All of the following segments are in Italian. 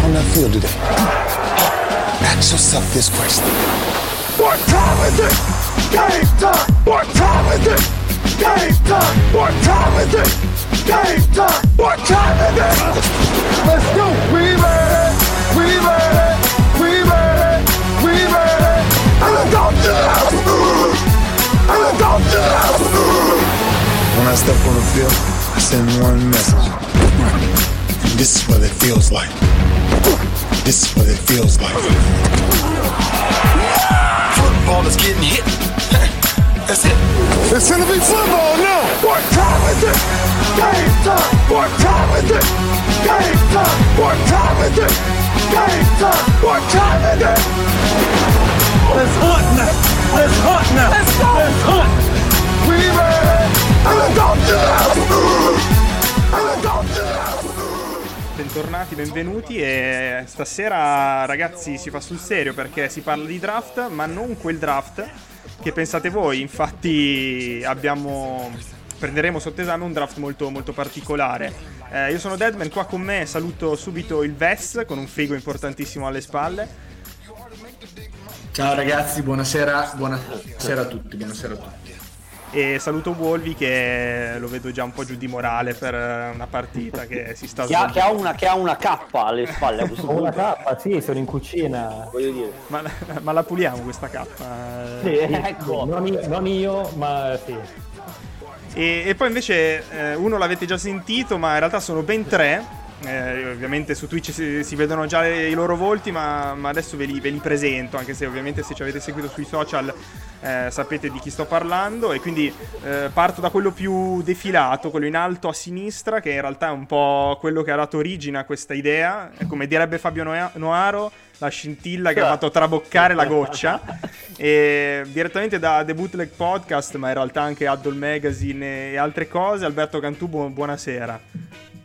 on that field today, ask yourself this question. What time is it? Game time! What time is it? Game time! What time is it? Game time! What time is it? Let's go! We made it! We made it! We made it! We made it! And let's go to the house! And let's go to the house! When I step on the field, I send one message. This is what it feels like. This is what it feels like. Football is getting hit. That's it. It's gonna be football now. What time is it? Game time. What time is it? Game time. What time is it? Game time. What time is it? Let's hunt now. Let's hunt now. Let's go. Let's hunt. We made it. And let's go to the house. And let's go to the house. Bentornati, benvenuti, e stasera ragazzi si fa sul serio perché si parla di draft, ma non quel draft che pensate voi. Infatti prenderemo sotto esame un draft molto, molto particolare. Io sono Deadman, qua con me saluto subito il Ves con un frigo importantissimo alle spalle. Ciao ragazzi, buonasera a tutti, buonasera a tutti. E saluto Wolvi che lo vedo già un po' giù di morale per una partita che si sta svolgendo. Che ha una cappa alle spalle a questo punto. Una cappa, sì, sono in cucina. Voglio dire. Ma la puliamo questa cappa? Sì, ecco. Non io, ma sì. E poi invece uno l'avete già sentito, ma in realtà sono ben tre. Ovviamente su Twitch si vedono già i loro volti, ma adesso ve li presento, anche se ovviamente se ci avete seguito sui social sapete di chi sto parlando. E quindi parto da quello più defilato, quello in alto a sinistra, che in realtà è un po' quello che ha dato origine a questa idea, come direbbe Fabio Noaro, la scintilla che ha fatto traboccare la goccia. E direttamente da The Bootleg Podcast, ma in realtà anche Addol Magazine e altre cose, Alberto Cantù, buonasera.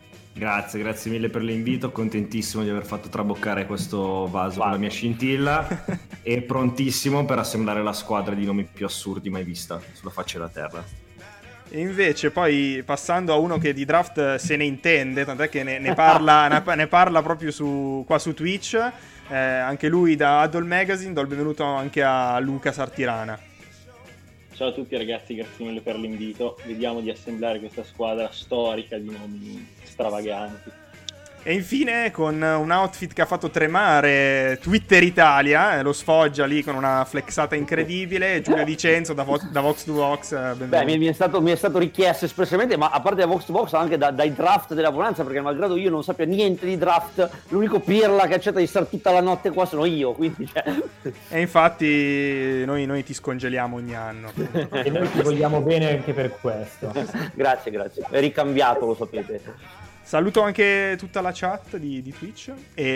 Grazie mille per l'invito, contentissimo di aver fatto traboccare questo vaso con la mia scintilla e prontissimo per assemblare la squadra di nomi più assurdi mai vista sulla faccia della terra. E invece poi passando a uno che di draft se ne intende, tant'è che ne parla proprio qua su Twitch, anche lui da Addol Magazine, do il benvenuto anche a Luca Sartirana. Ciao a tutti ragazzi, grazie mille per l'invito. Vediamo di assemblare questa squadra storica di nomi stravaganti. E infine con un outfit che ha fatto tremare Twitter Italia, lo sfoggia lì con una flexata incredibile, Giulio Dicenzo da Vox to Vox. Beh, mi è stato richiesto espressamente, ma a parte da Vox to Vox anche dai draft della Bonanza, perché malgrado io non sappia niente di draft, l'unico pirla che accetta di stare tutta la notte qua sono io, quindi E infatti noi ti scongeliamo ogni anno. E noi ti vogliamo bene anche per questo. Grazie, è ricambiato, lo sapete. Saluto anche tutta la chat di Twitch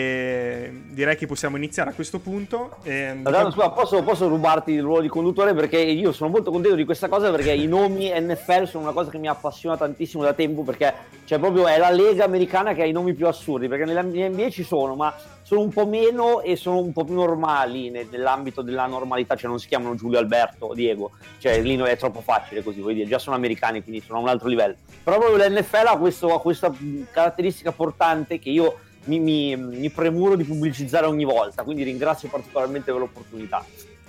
e direi che possiamo iniziare a questo punto. Scusa, posso rubarti il ruolo di conduttore, perché io sono molto contento di questa cosa, perché i nomi NFL sono una cosa che mi appassiona tantissimo da tempo, perché è la lega americana che ha i nomi più assurdi, perché nell'NBA ci sono, ma sono un po' meno e sono un po' più normali nell'ambito della normalità, cioè non si chiamano Giulio, Alberto, Diego, cioè lì è troppo facile così, vuoi dire, già sono americani, quindi sono a un altro livello. Però proprio l'NFL ha questa caratteristica portante che io mi premuro di pubblicizzare ogni volta, quindi ringrazio particolarmente per l'opportunità.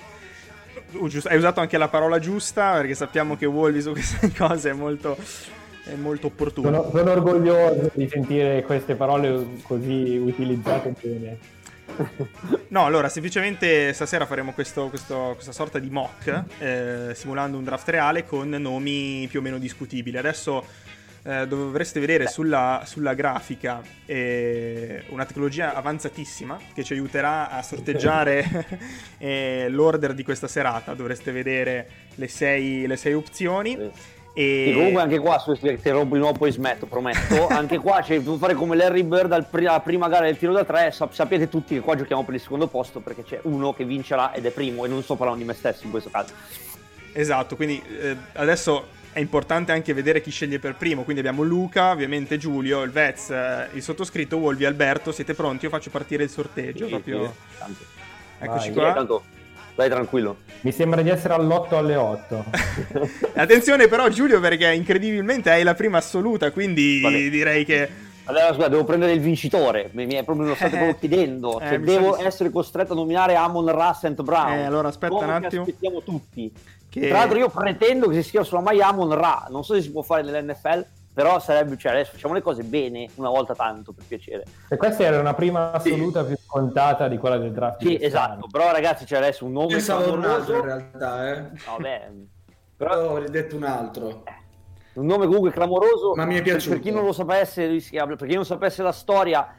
Hai usato anche la parola giusta, perché sappiamo che Wolvi su queste cose è molto opportuno. Sono orgoglioso di sentire queste parole così utilizzate bene. No, allora semplicemente stasera faremo questa sorta di mock, simulando un draft reale con nomi più o meno discutibili. Adesso dovreste vedere sulla grafica una tecnologia avanzatissima che ci aiuterà a sorteggiare l'order di questa serata. Dovreste vedere le sei opzioni. E comunque anche qua, ti rompo di nuovo, poi smetto, prometto. Anche qua devo fare come Larry Bird alla prima gara del tiro da tre. Sapete tutti che qua giochiamo per il secondo posto, perché c'è uno che vincerà ed è primo, e non sto parlando di me stesso in questo caso. Esatto, quindi adesso è importante anche vedere chi sceglie per primo. Quindi abbiamo Luca, ovviamente Giulio, il Vez, il sottoscritto, Wolvi, Alberto. Siete pronti? Io faccio partire il sorteggio. Sì, proprio. Sì, eccoci qua. Tanto, dai, tranquillo. Mi sembra di essere all'8 alle 8. Attenzione però Giulio, perché incredibilmente hai la prima assoluta, quindi direi che Allora, scusa, devo prendere il vincitore, mi è proprio, lo state proprio chiedendo, cioè, devo essere costretto a nominare Amon-Ra St. Brown. Allora aspetta un attimo. Aspettiamo tutti. Tra l'altro io pretendo che si chiama mai Amon-Ra, non so se si può fare nell'NFL, però sarebbe, cioè adesso facciamo le cose bene una volta tanto, per piacere. E questa era una prima assoluta più scontata di quella del draft. Sì, esatto, però ragazzi c'è adesso un nome clamoroso in realtà, Vabbè, però ho detto un altro. Un nome comunque clamoroso, ma mi è piaciuto. Per chi non lo sapesse, per chi non sapesse la storia,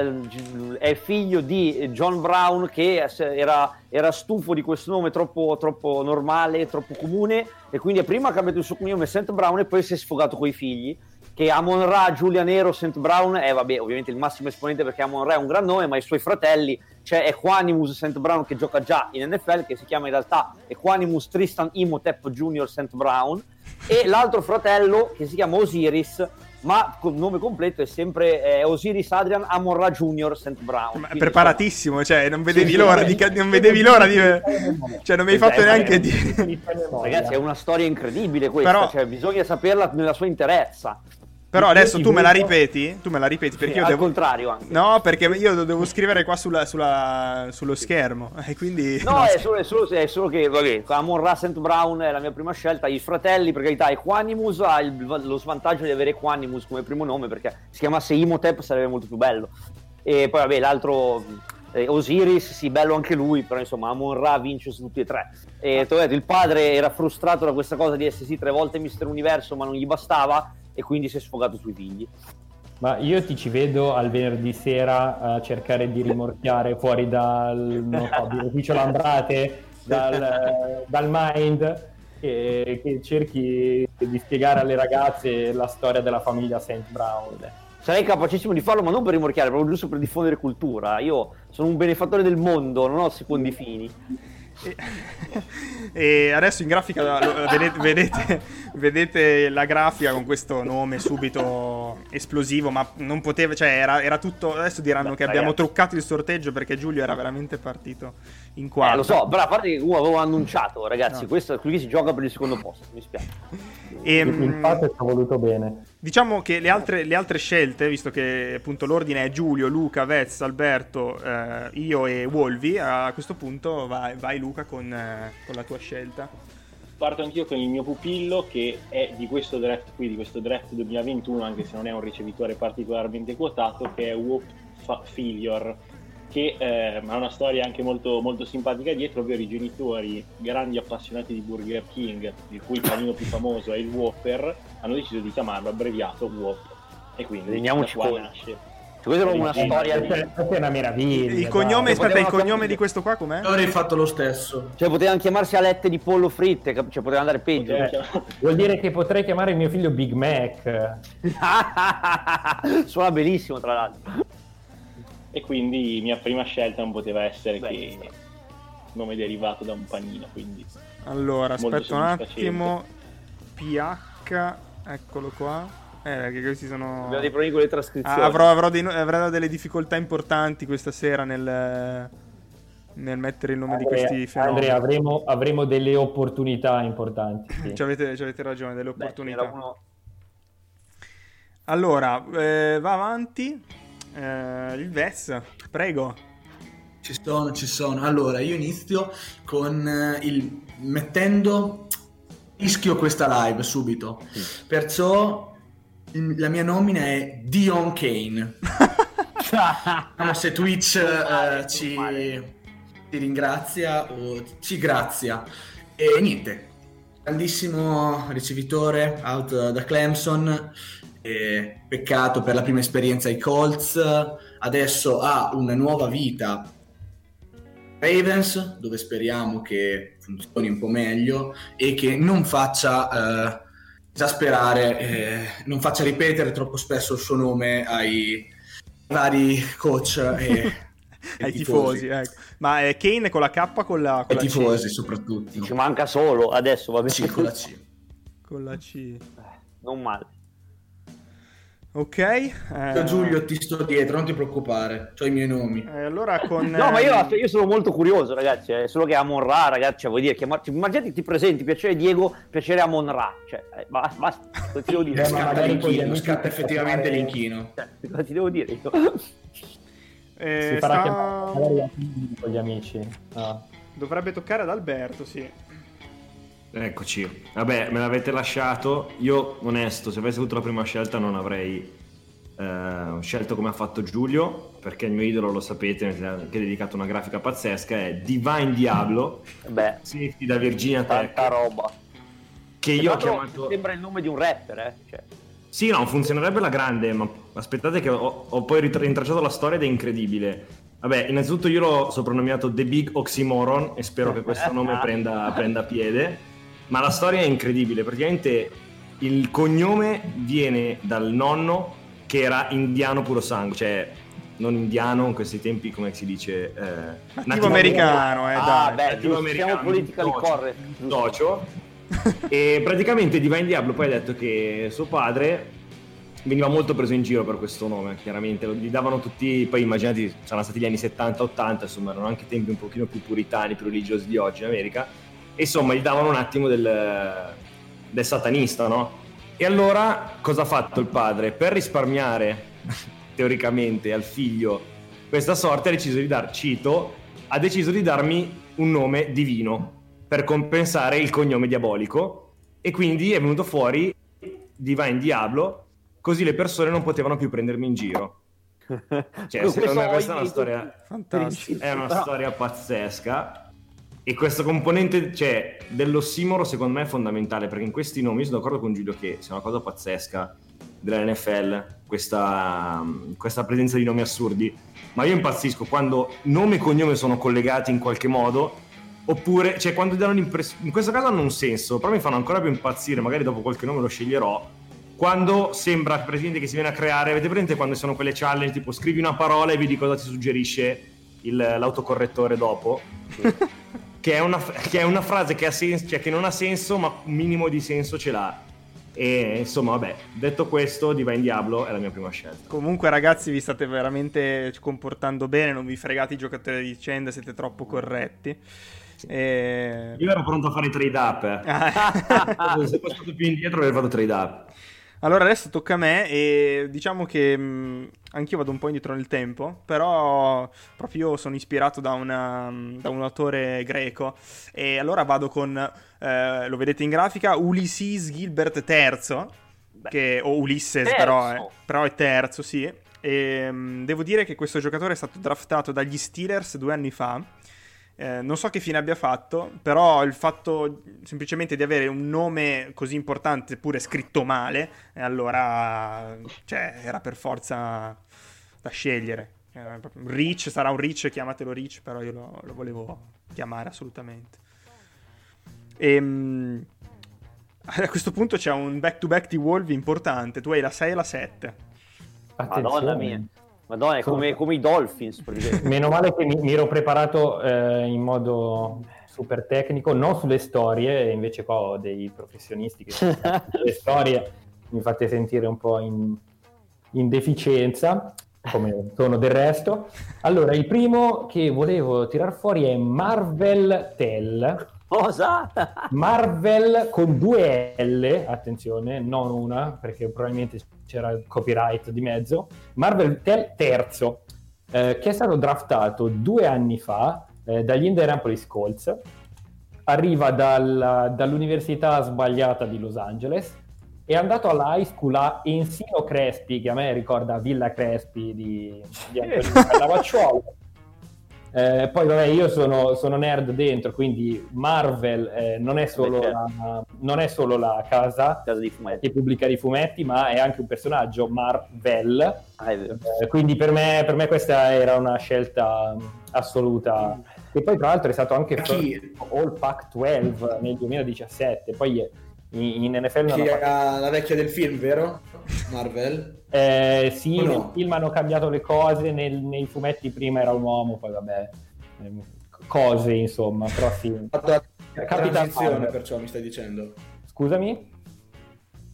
è figlio di John Brown, che era stufo di questo nome troppo normale, troppo comune, e quindi prima ha cambiato il suo cognome St. Brown e poi si è sfogato coi figli, che Amon-Ra Giulia Nero St. Brown è ovviamente il massimo esponente, perché Amon-Ra è un gran nome, ma i suoi fratelli, c'è Equanimus St. Brown che gioca già in NFL, che si chiama in realtà Equanimus Tristan Imhotep Jr. St. Brown, e l'altro fratello che si chiama Osiris, ma con nome completo è sempre Osiris Adrian Amon-Ra Jr. St. Brown. Ma preparatissimo, cioè non vedevi l'ora di cioè non mi hai fatto neanche dire. Ragazzi, è una storia incredibile questa, però, cioè bisogna saperla nella sua interezza. Però adesso tu me la ripeti perché io al devo... contrario anche. No, perché io devo scrivere qua sullo schermo e quindi... No, è solo che vabbè, Amon-Ra St. Brown è la mia prima scelta. I fratelli, per carità, Equanimus ha lo svantaggio di avere Equanimus come primo nome, perché si chiamasse Imhotep sarebbe molto più bello. E poi vabbè, l'altro Osiris, sì, bello anche lui, però insomma Amon-Ra vince su tutti e tre. E il padre era frustrato da questa cosa di essere sì 3 volte Mister Universo, ma non gli bastava, e quindi si è sfogato sui figli. Ma io ti ci vedo al venerdì sera a cercare di rimorchiare fuori dall'ufficio Lambrate, dal Mind, che cerchi di spiegare alle ragazze la storia della famiglia St. Brown. Sarei capacissimo di farlo, ma non per rimorchiare, proprio giusto per diffondere cultura. Io sono un benefattore del mondo, non ho secondi fini. E adesso in grafica vedete la grafica con questo nome subito esplosivo, ma non poteva, cioè era tutto. Adesso diranno che abbiamo truccato il sorteggio perché Giulio era veramente partito in quarto. Lo so, però a parte che avevo annunciato, ragazzi, questo qui si gioca per il secondo posto, mi spiace. Il fatto è voluto bene. Diciamo che le altre scelte, visto che appunto l'ordine è Giulio, Luca, Vez, Alberto, io e Wolvi, a questo punto vai Luca con la tua scelta. Parto anch'io con il mio pupillo, che è di questo draft qui, di questo draft 2021, anche se non è un ricevitore particolarmente quotato, che è Whoop Filior, che ha una storia anche molto, molto simpatica dietro, ovvero i genitori, grandi appassionati di Burger King, il cui panino più famoso è il Whopper, hanno deciso di chiamarlo abbreviato Whop, e quindi da qua nasce. Questa è una storia questa è una meraviglia. Il cognome, aspetta, il cognome di questo qua com'è? Io avrei fatto lo stesso. Cioè potevano chiamarsi alette di pollo fritte, cioè poteva andare peggio. Vuol dire che potrei chiamare mio figlio Big Mac. Suona benissimo, tra l'altro. E quindi mia prima scelta non poteva essere che nome derivato da un panino, quindi allora aspetta un attimo. PH, eccolo qua. Che questi sono... Abbiamo dei problemi con le trascrizioni. Avrò delle difficoltà importanti questa sera nel mettere il nome di questi fenomeni. Andrea, avremo delle opportunità importanti. Sì. Ci avete ragione, delle opportunità. Allora, va avanti. Il Vez, prego. Ci sono. Allora, io inizio con rischio questa live subito. Perciò la mia nomina è Dion Kane. Se Twitch ci ringrazia o ci grazia. E niente, grandissimo ricevitore out da Clemson. Peccato per la prima esperienza ai Colts. Adesso ha una nuova vita Ravens, dove speriamo che funzioni un po' meglio e che non faccia esasperare, non faccia ripetere troppo spesso il suo nome ai vari coach e ai tifosi, ecco. Ma Kane con la K, con la ai tifosi C. soprattutto. Ci manca solo adesso, va bene. Con la C. Con la C. Non male. Ok. Giulio, ti sto dietro, non ti preoccupare, c'ho i miei nomi. Allora con... No, ma io sono molto curioso, ragazzi. È solo che Amon-Ra, ragazzi, vuol dire immaginati ti presenti, piacere Diego, piacere Amon-Ra. Cioè, basta, ti devo dire. Scatta l'inchino, scatta effettivamente l'inchino. Cosa ti devo dire io? Si farà chiamare con gli amici. Dovrebbe toccare ad Alberto, sì. Eccoci. Vabbè, me l'avete lasciato. Io, onesto, se avessi avuto la prima scelta non avrei scelto come ha fatto Giulio, perché il mio idolo, lo sapete, che ha dedicato una grafica pazzesca, è Divine Diablo. Beh, sì, da Virginia Tech. tanta roba. Che io ho chiamato... Sembra il nome di un rapper, Cioè. Sì, no, funzionerebbe alla grande, ma aspettate che ho poi rintracciato la storia ed è incredibile. Vabbè, innanzitutto io l'ho soprannominato The Big Oxymoron e spero che questo nome prenda piede, ma la storia è incredibile. Praticamente il cognome viene dal nonno che era indiano puro sangue, cioè non indiano in questi tempi, come si dice, nativo americano, dai. Nativo americano, siamo politically correct. Docio. E praticamente Divine Diablo poi ha detto che suo padre veniva molto preso in giro per questo nome, chiaramente gli davano tutti, poi immaginati, saranno stati gli anni 70-80, insomma erano anche tempi un pochino più puritani, più religiosi di oggi in America, e insomma gli davano un attimo del satanista, no? E allora cosa ha fatto il padre? Per risparmiare teoricamente al figlio questa sorte ha deciso di darmi un nome divino per compensare il cognome diabolico, e quindi è venuto fuori Divine Diablo, così le persone non potevano più prendermi in giro. Cioè, secondo me questa è una storia fantastica, è una storia pazzesca, e questo componente, cioè, dell'ossimoro secondo me è fondamentale, perché in questi nomi, sono d'accordo con Giulio che sia una cosa pazzesca dell'NFL questa presenza di nomi assurdi, ma io impazzisco quando nome e cognome sono collegati in qualche modo. Oppure, cioè, quando danno l'impressione, in questo caso hanno un senso, però mi fanno ancora più impazzire, magari dopo qualche nome lo sceglierò, quando sembra presente che si viene a creare, avete presente quando sono quelle challenge, tipo scrivi una parola e vedi cosa ti suggerisce l'autocorrettore dopo? che è una frase che ha senso, cioè che non ha senso, ma un minimo di senso ce l'ha. E insomma, vabbè, detto questo, Divine Diablo è la mia prima scelta. Comunque, ragazzi, vi state veramente comportando bene, non vi fregate i giocatori di vicenda, siete troppo corretti. Io ero pronto a fare trade up. Se fossi stato più indietro avrei fatto trade up. Allora adesso tocca a me, e diciamo che anch'io vado un po' indietro nel tempo, però proprio io sono ispirato da un autore greco, e allora vado con, lo vedete in grafica, Ulysses Gilbert III, o Ulisse, però è terzo, sì. E devo dire che questo giocatore è stato draftato dagli Steelers 2 anni fa. Non so che fine abbia fatto, però il fatto semplicemente di avere un nome così importante pure scritto male, allora era per forza da scegliere. Rich sarà un Rich, chiamatelo Rich, però io lo volevo chiamare assolutamente. E a questo punto c'è un back-to-back di Wolvi importante. Tu hai la 6 e la 7. Madonna mia. Madonna, è come i Dolphins. Meno male che mi ero preparato in modo super tecnico, non sulle storie, e invece qua ho dei professionisti che le storie mi fate sentire un po' in deficienza, come sono del resto. Allora, il primo che volevo tirar fuori è Marvel Tell. Cosa? Marvel con 2 L, attenzione, non una, perché probabilmente c'era il copyright di mezzo. Marvel Tell terzo, che è stato draftato 2 anni fa dagli Indianapolis Colts. Arriva dall'università sbagliata di Los Angeles, è andato alla high school a Encino Crespi, che a me ricorda Villa Crespi di Antonio Cannavacciuolo. Poi vabbè, io sono nerd dentro, quindi Marvel non è solo la casa di fumetti che pubblica di fumetti, ma è anche un personaggio, Marvel. Quindi per me questa era una scelta assoluta. E poi tra l'altro è stato anche All Pac-12 nel 2017. Poi in NFL che era la vecchia del film, vero? Marvel? Sì, no? Nel film hanno cambiato le cose, nei fumetti prima era un uomo, poi vabbè, cose insomma, però sì. Ha fatto la transizione, perciò mi stai dicendo? Scusami?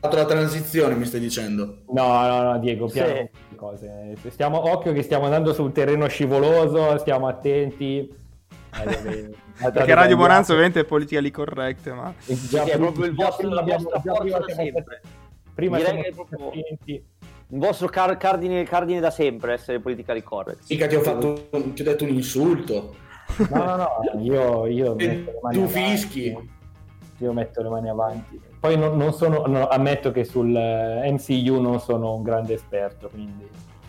fatto la transizione, mi stai dicendo? No, Diego, piano Sì. queste cose. Occhio che stiamo andando su un terreno scivoloso, stiamo attenti. Perché Radio Bonanza ovviamente è politically correct, ma... È proprio il vostro, la vostra forza da sempre. Prima Direi siamo che è proprio attenti. il vostro cardine da sempre, essere politically correct. Mica ti ho detto un insulto. No, io E metto le mani tu avanti. fischi. Io metto le mani avanti. Poi non sono, no, ammetto che sul MCU non sono un grande esperto, quindi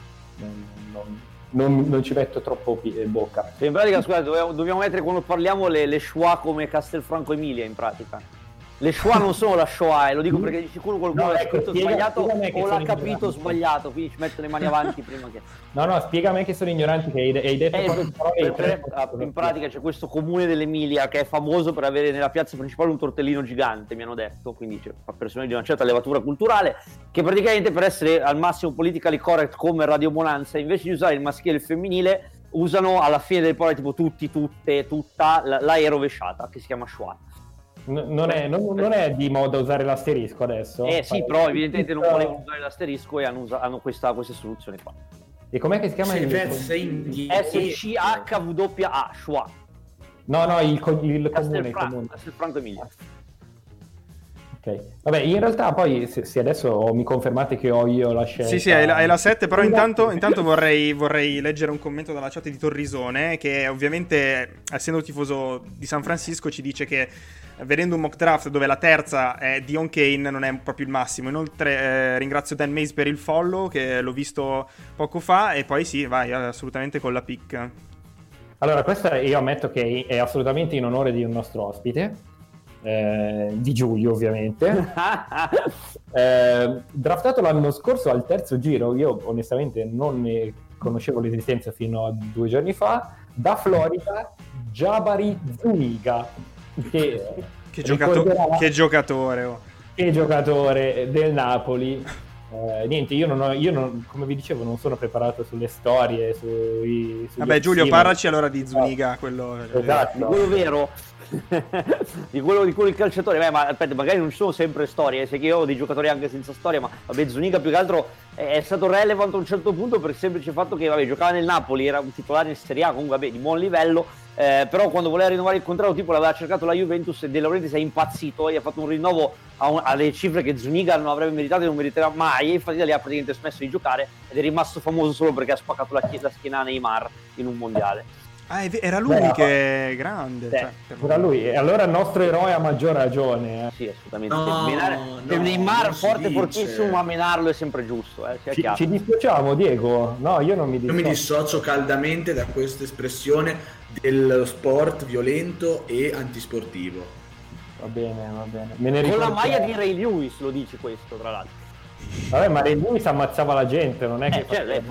non ci metto troppo bocca. In pratica, scusate, dobbiamo mettere quando parliamo le Shoah come Castelfranco Emilia, in pratica. Le Shoah non sono la Shoah, lo dico perché di sicuro qualcuno l'ha scritto sbagliato o l'ha capito sbagliato, quindi ci metto le mani avanti prima che... No, spiega a me che sono ignorante, che hai detto in pratica c'è questo comune dell'Emilia che è famoso per avere nella piazza principale un tortellino gigante, mi hanno detto, quindi c'è persone di una certa levatura culturale che praticamente, per essere al massimo politically correct come Radio Bonanza, invece di usare il maschile e il femminile usano alla fine delle parole tipo tutti, tutte, tutta la E rovesciata, che si chiama Shoah. Non è di moda usare l'asterisco adesso? Sì, però evidentemente non volevano usare l'asterisco e hanno questa soluzione qua. E com'è che si chiama? SCHWA, Shoah. No, il comune. Castelfranco Emilia. Ok. Vabbè, in realtà poi se adesso mi confermate che ho io la scelta... Sì, hai la 7, però intanto vorrei leggere un commento dalla chat di Torrisone, che ovviamente, essendo tifoso di San Francisco, ci dice che vedendo un mock draft dove la terza è Dion Kane non è proprio il massimo. Inoltre ringrazio Dan Mays per il follow, che l'ho visto poco fa, e poi sì, vai assolutamente con la pick. Allora, questa io ammetto che è assolutamente in onore di un nostro ospite, di Giulio ovviamente. Draftato l'anno scorso al terzo giro, io onestamente non ne conoscevo l'esistenza fino a 2 giorni fa, da Florida, Jabari Zuniga. Che giocatore del Napoli. Niente, io non, come vi dicevo, non sono preparato sulle storie. Vabbè, Giulio, parlaci allora di Zuniga, quello... Esatto. Di quello vero. di quello il calciatore. Ma aspetta, magari non ci sono sempre storie, sai che io ho dei giocatori anche senza storia, ma vabbè, Zuniga più che altro è stato relevant a un certo punto per il semplice fatto che giocava nel Napoli, era un titolare in Serie A, comunque di buon livello, però quando voleva rinnovare il contratto tipo l'aveva cercato la Juventus e De Laurentiis è impazzito e ha fatto un rinnovo alle cifre che Zuniga non avrebbe meritato e non meriterà mai, e infatti da lì ha praticamente smesso di giocare ed è rimasto famoso solo perché ha spaccato la schiena a Neymar in un mondiale. Era lui che è grande. Era lui, e allora il nostro eroe ha maggior ragione. Sì, assolutamente. Neymar fortissimo, ma menarlo è sempre giusto. Ci dissociamo, Diego? No, io non mi dissocio. Io mi dissocio caldamente da questa espressione dello sport violento e antisportivo. Va bene. Con la maglia di Ray Lewis lo dice questo, tra l'altro. Vabbè, ma Ray Lewis ammazzava la gente, non è che...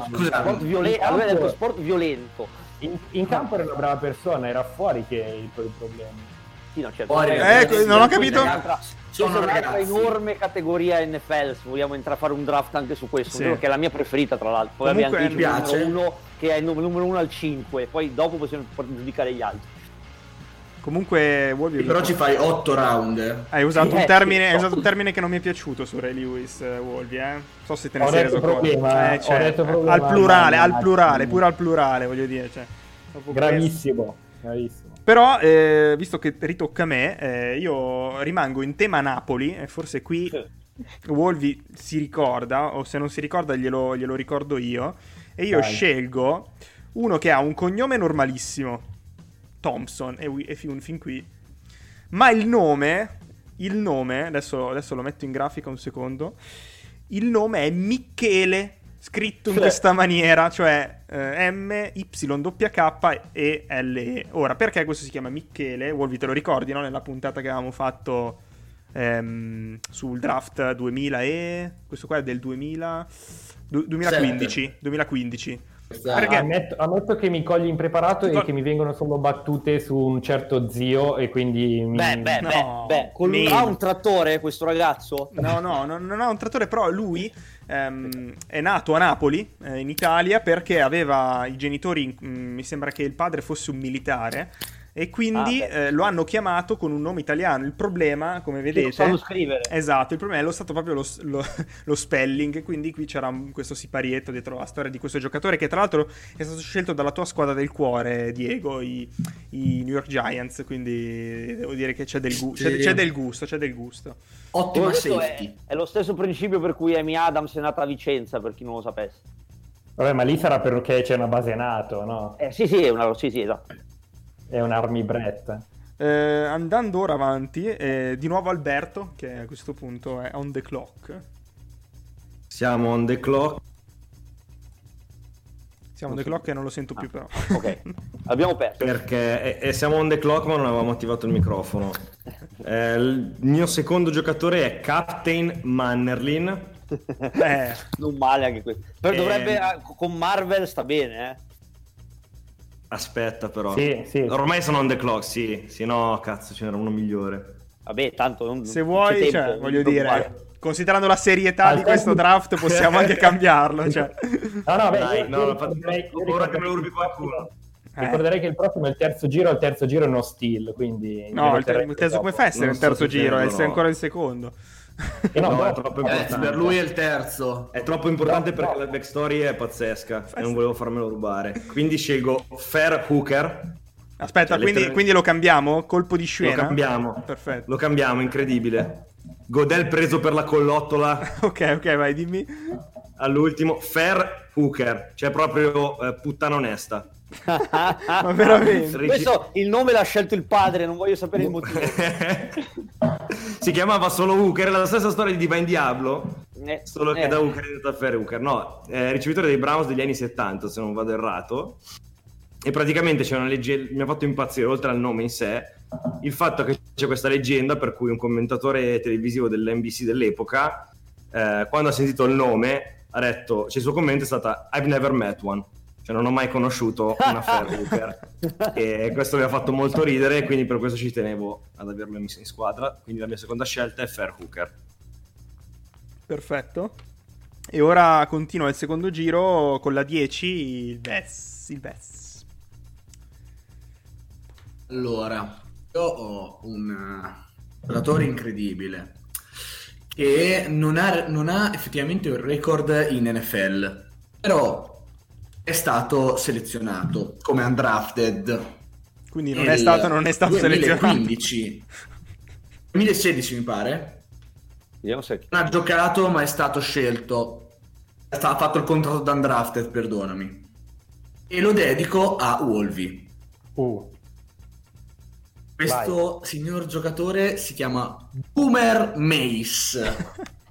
Sport violento. In campo era una brava persona, era fuori che il problema. Sì, no, certo. Non ho capito. C'è un'altra enorme categoria NFL, se vogliamo entrare a fare un draft anche su questo, che è la mia preferita tra l'altro. Poi abbiamo anche il numero 1 che è il numero 1 al 5, poi dopo possiamo giudicare gli altri. Comunque Wolvi, però ci fai 8 round. Hai usato un termine che non mi è piaciuto su Ray Lewis, Wolvi, Non so se te ne sei reso conto. Al plurale, pure al plurale, voglio dire, Bravissimo. Però, visto che ritocca a me, io rimango in tema Napoli, e forse qui Wolvi si ricorda, o se non si ricorda glielo ricordo io, e io scelgo uno che ha un cognome normalissimo, Thompson, e fin qui, ma il nome, adesso lo metto in grafica un secondo, il nome è Michele, scritto in questa maniera, cioè MYKKELE. Ora, perché questo si chiama Michele? Wolvi, te lo ricordi, no? Nella puntata che avevamo fatto sul draft 2000 e... questo qua è del 2015. Perché? Ammetto che mi cogli impreparato e che mi vengono solo battute su un certo zio e quindi ha un trattore questo ragazzo? No, non ha un trattore, però lui è nato a Napoli, in Italia, perché aveva i genitori, mi sembra che il padre fosse un militare, e quindi lo hanno chiamato con un nome italiano. Il problema, come vedete, lo sanno scrivere. Esatto, il problema è stato proprio lo spelling, quindi qui c'era questo siparietto dietro la storia di questo giocatore, che tra l'altro è stato scelto dalla tua squadra del cuore, Diego, i New York Giants, quindi devo dire che c'è del gusto. Ottima Questo safety. è lo stesso principio per cui Amy Adams è nata a Vicenza, per chi non lo sapesse. Vabbè, ma lì sarà perché c'è una base NATO, no? Sì, esatto. È un army bret. Andando ora avanti, di nuovo Alberto, che a questo punto è on the clock. Siamo on the clock. Siamo on the clock e non lo sento più però. Ok, abbiamo perso. Perché siamo on the clock ma non avevamo attivato il microfono. Il mio secondo giocatore è Captain Mannerlin. Non male anche questo. Però dovrebbe, con Marvel sta bene, eh. Aspetta però. Sì. Ormai sono on the clock, sì. Sì, no, cazzo, ce n'era uno migliore. Vabbè, tanto non se vuoi, c'è cioè, tempo, voglio non dire, preoccupare. considerando la serietà di questo draft, possiamo anche cambiarlo. Cioè. No, beh, Dai, io ora che me lo urbi qualcuno. Ricorderei che il prossimo è il terzo giro è uno steal, quindi... No, il terzo come fa a essere Non il terzo sto giro, è sentendo, no. ancora il secondo. No, è troppo importante. Per lui è il terzo. È troppo importante perché la backstory è pazzesca e non volevo farmelo rubare. Quindi scelgo Fair Hooker. Aspetta, Cioè, quindi lo cambiamo? Colpo di scena? Lo cambiamo. Perfetto. Lo cambiamo, incredibile. Godel preso per la collottola. Ok, vai, dimmi. All'ultimo, Fair Hooker, cioè proprio puttana onesta. Ma veramente? Questo il nome l'ha scelto il padre, non voglio sapere il motivo. Si chiamava solo Hooker, è la stessa storia di Divine Diablo, solo che da Hooker è diventato Fair Hooker. No, ricevitore dei Browns degli anni 70, se non vado errato. E praticamente c'è una leggenda, mi ha fatto impazzire, oltre al nome in sé, il fatto che c'è questa leggenda per cui un commentatore televisivo dell'NBC dell'epoca, quando ha sentito il nome, ha detto, cioè il suo commento è stata I've never met one, cioè non ho mai conosciuto una Fair Hooker. E questo mi ha fatto molto ridere, quindi per questo ci tenevo ad averlo messo in squadra, quindi la mia seconda scelta è Fair Hooker. Perfetto. E ora continua il secondo giro con la 10, il Bess. Allora, io ho un giocatore incredibile che non ha effettivamente un record in NFL, però è stato selezionato come undrafted. Quindi non è stato 2015, 2016 mi pare. Vediamo se... Non ha giocato, ma è stato scelto. Ha fatto il contratto da undrafted, perdonami. E lo dedico a Wolvie. Questo signor giocatore si chiama Boomer Mace.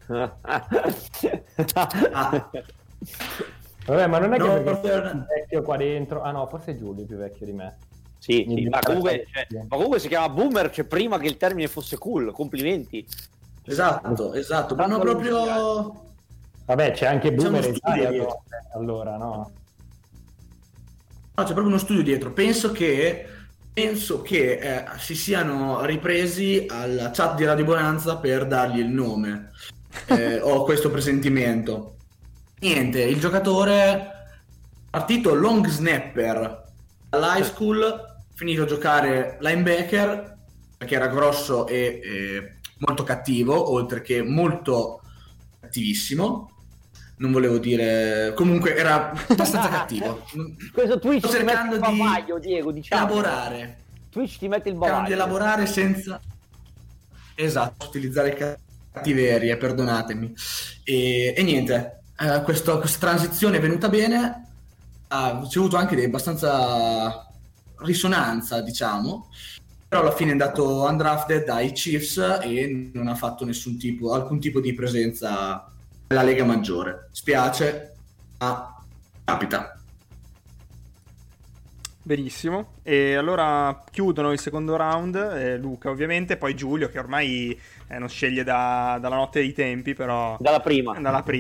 Vabbè, ma non è che No, perché per- c'è un vecchio qua dentro. Ah no, forse è Giulio più vecchio di me. Sì, Mi ma comunque, piace. ma comunque si chiama Boomer, cioè prima che il termine fosse cool, complimenti. Esatto, ma proprio... Vabbè, c'è anche C'è uno Boomer e studio Italia, dietro. allora, no? No, c'è proprio uno studio dietro. Penso che si siano ripresi alla chat di Radio Bonanza per dargli il nome. Ho questo presentimento. Niente, il giocatore partito long snapper all'high school, finito a giocare linebacker perché era grosso e molto cattivo, oltre che molto cattivissimo. Non volevo dire, comunque era abbastanza cattivo. Questo Twitch Sto ti mette cercando il di bavaglio, Diego, diciamo. elaborare. Twitch ti mette il Cercando di bavaglio. elaborare senza utilizzare cattiveria, perdonatemi. E niente, questa transizione è venuta bene, ha ricevuto anche abbastanza risonanza, diciamo, però alla fine è andato undrafted dai Chiefs e non ha fatto alcun tipo di presenza nella Lega Maggiore. Spiace, ma capita. Benissimo. E allora chiudono il secondo round, Luca ovviamente, poi Giulio che ormai non sceglie dalla notte dei tempi, però... Dalla prima.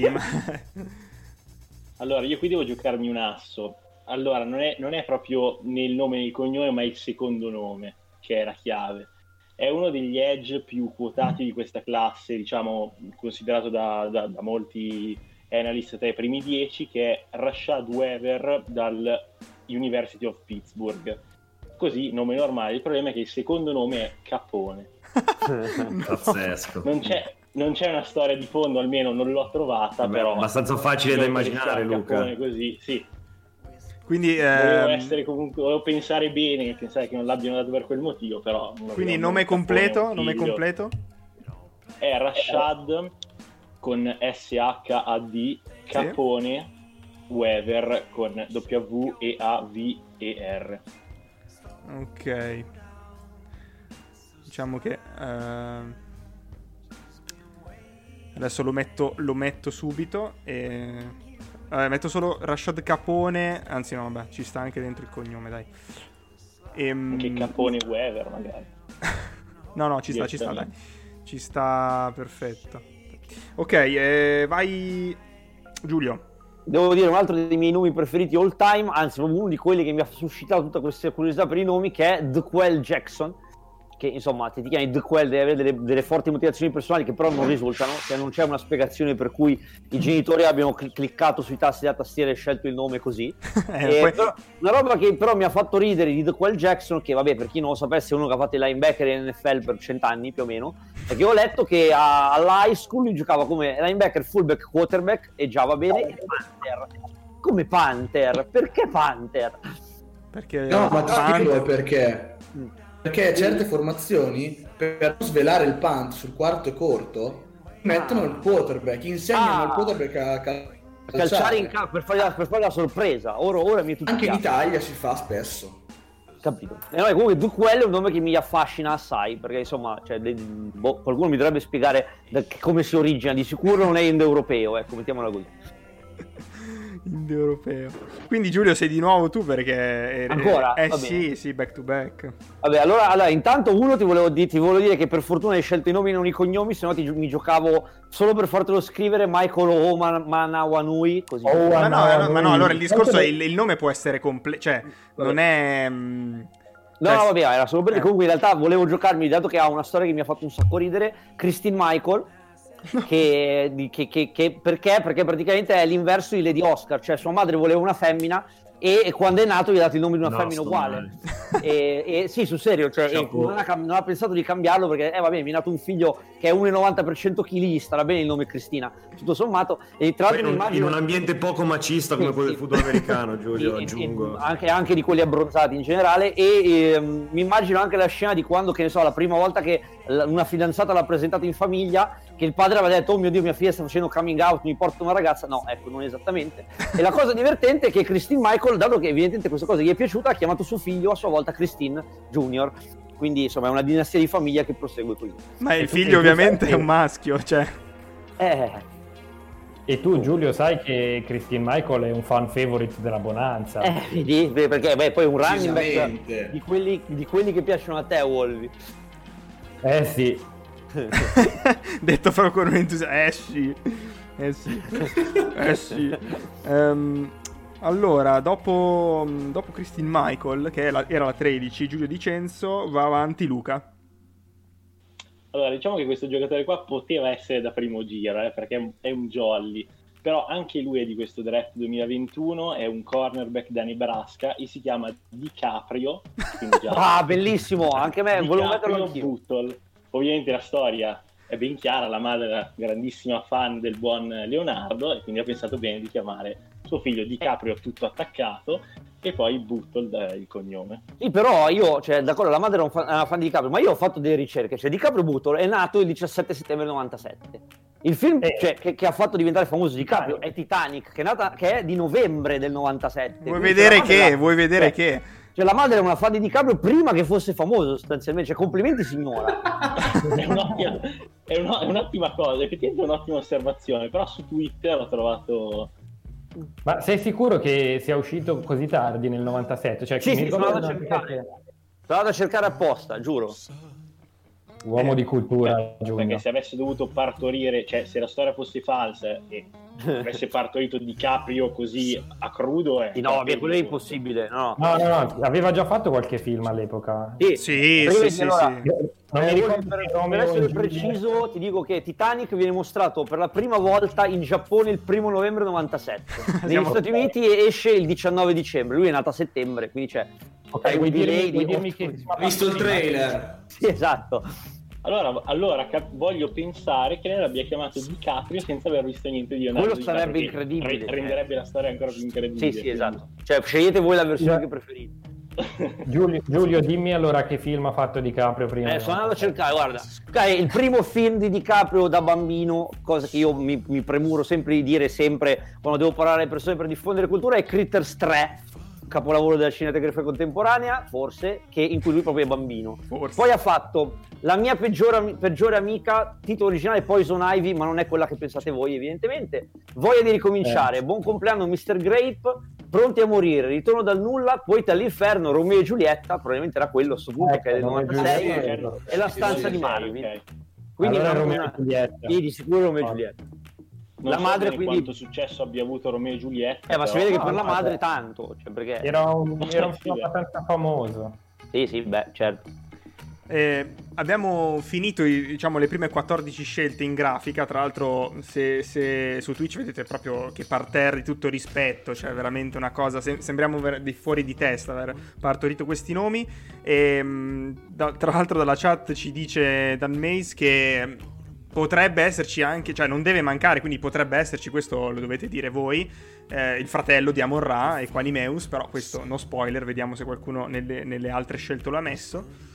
Allora, io qui devo giocarmi un asso. Allora, non è proprio nel nome e il cognome, ma il secondo nome, che è la chiave. È uno degli edge più quotati di questa classe, diciamo, considerato da molti analyst tra i primi 10, che è Rashad Weaver dal University of Pittsburgh. così, nome normale. Il problema è che il secondo nome è Capone. Pazzesco. Non c'è una storia di fondo, almeno non l'ho trovata. Beh, però abbastanza facile da immaginare, Luca. Capone così, sì. Quindi volevo pensare bene, pensare che non l'abbiano dato per quel motivo, però quindi nome completo è Rashad con SHAD Capone Weaver con WEAVER. Ok, diciamo che adesso lo metto subito e metto solo Rashad Capone, anzi no vabbè, ci sta anche dentro il cognome, dai. Anche Capone Weaver magari. No, ci sta, dai. Ci sta, perfetto. Ok, vai Giulio. Devo dire un altro dei miei nomi preferiti all time, anzi uno di quelli che mi ha suscitato tutta questa curiosità per i nomi, che è D'Qwell Jackson, che insomma ti chiami D'Qwell, deve avere delle forti motivazioni personali che però non risultano, cioè non c'è una spiegazione per cui i genitori abbiano cliccato sui tasti della tastiera e scelto il nome così. Però, una roba che però mi ha fatto ridere di D'Qwell Jackson, che vabbè, per chi non lo sapesse, è uno che ha fatto il linebacker in NFL per 100 anni più o meno, perché ho letto che all'high school lui giocava come linebacker, fullback, quarterback e giocava bene e Panther. Come Panther? Perché Panther? Perché no, ma ti spiego perché. Perché certe formazioni, per svelare il punt sul quarto e corto, mettono il quarterback, insegnano il quarterback a calciare in campo per fare la sorpresa. Ora mi è tutto anche chiaro. in Italia si fa spesso. Capito. E no, comunque D'Qwell è un nome che mi affascina assai, perché insomma, cioè, qualcuno mi dovrebbe spiegare come si origina. Di sicuro non è indoeuropeo, ecco, mettiamola così. Indoeuropeo. Quindi Giulio sei di nuovo tu perché ancora? Sì, back to back. Vabbè, allora intanto ti volevo dire che per fortuna hai scelto i nomi e non i cognomi, se no mi giocavo solo per fartelo scrivere Michael Manawanui, così. Ma no, allora il discorso è il nome può essere completo, cioè non è No, vabbè, era solo perché comunque in realtà volevo giocarmi, dato che ha una storia che mi ha fatto un sacco ridere, Christine Michael, perché praticamente è l'inverso di Lady Oscar, cioè sua madre voleva una femmina e quando è nato gli ha dato il nome di una femmina uguale. E sì, sul serio, cioè, non ha pensato di cambiarlo perché vabbè, mi è nato un figlio che è 1,90% chilista, va bene il nome Cristina, tutto sommato. E tra l'altro in un ambiente poco macista come quello del football americano, Giulio, aggiungo. Anche di quelli abbronzati in generale, e mi immagino anche la scena di quando, che ne so, la prima volta che una fidanzata l'ha presentata in famiglia, che il padre aveva detto: oh mio Dio, mia figlia sta facendo coming out, mi porta una ragazza. No, ecco, non esattamente. E la cosa divertente è che Christine Michael, dato che evidentemente questa cosa gli è piaciuta, ha chiamato suo figlio a sua volta Christine Junior. Quindi insomma è una dinastia di famiglia che prosegue così. Ma il figlio ovviamente è un maschio, cioè. E tu Giulio sai che Christine Michael è un fan favorite della Bonanza. Vedi? Perché poi è un running back di quelli che piacciono a te, Wolvi. Sì. Detto però con un entusiasmo. Sì. Allora, dopo Christine Michael, che era la 13, Giulio Di Censo, va avanti Luca. Allora, diciamo che questo giocatore qua poteva essere da primo giro, perché è un jolly, però anche lui è di questo draft 2021, è un cornerback da Nebraska e si chiama DiCaprio. Bellissimo, anche a me, volevo metterlo anch'io. Buttle. Ovviamente la storia è ben chiara, la madre era grandissima fan del buon Leonardo e quindi ha pensato bene di chiamare suo figlio DiCaprio tutto attaccato e poi Buttle il cognome. Sì, però io, cioè, d'accordo, la madre era una fan di DiCaprio, ma io ho fatto delle ricerche, cioè DiCaprio Buttle è nato il 17 settembre 97. Il film che ha fatto diventare famoso DiCaprio è Titanic, che è di novembre del 97. Vuoi vedere che? Cioè la madre è una fan di DiCaprio prima che fosse famoso sostanzialmente, cioè complimenti signora. È un'ottima cosa, effettivamente è un'ottima osservazione, però su Twitter ho trovato... Ma sei sicuro che sia uscito così tardi nel 97? Cioè, sì, sono andato a cercare apposta, giuro. Uomo di cultura, Giulio. Perché se avesse dovuto partorire, cioè se la storia fosse falsa e avesse partorito DiCaprio così a crudo no, quello è impossibile. No, aveva già fatto qualche film all'epoca. Sì. Non mi ricordo per essere preciso, ti dico che Titanic viene mostrato per la prima volta in Giappone il 1 novembre 97. Negli Stati Uniti esce il 19 dicembre, lui è nato a settembre, quindi Ok, vuoi dirmi che... Ho visto il trailer. Sì, esatto. Allora voglio pensare che lei l'abbia chiamato DiCaprio senza aver visto niente di Leonardo Quello sarebbe DiCaprio, incredibile. renderebbe la storia ancora più incredibile. Sì, esatto. Cioè, scegliete voi la versione che preferite. Giulio, dimmi allora che film ha fatto DiCaprio prima. Sono andato a cercare, guarda. Okay, il primo film di DiCaprio da bambino, cosa che io mi premuro sempre di dire sempre quando devo parlare alle persone per diffondere cultura, è Critters 3, capolavoro della cinematografia contemporanea, forse, in cui lui proprio è bambino. Forse. Poi ha fatto La mia peggiore amica, titolo originale Poison Ivy, ma non è quella che pensate voi evidentemente. Voglia di ricominciare, Buon compleanno Mr. Grape, Pronti a morire, Ritorno dal nulla, Poeta all'inferno, Romeo e Giulietta, probabilmente era quello a sto punto, che è del 96, e La stanza di Marvin. Okay. Quindi allora Romeo e Giulietta. Sì, di sicuro Romeo e Giulietta. Non La so madre bene quindi... quanto successo abbia avuto Romeo e Giulietta. ma si vede che per la madre tanto, cioè perché... Era un film abbastanza famoso. Sì, beh, certo. Abbiamo finito diciamo le prime 14 scelte in grafica. Tra l'altro se su Twitch vedete proprio che parterre di tutto rispetto, cioè veramente una cosa, sembriamo fuori di testa aver partorito questi nomi. Tra l'altro dalla chat ci dice Dan Mace che potrebbe esserci anche, cioè non deve mancare, quindi potrebbe esserci, questo lo dovete dire voi, il fratello di Amon-Ra e Quanimeus, però questo no spoiler, vediamo se qualcuno nelle altre scelte lo ha messo,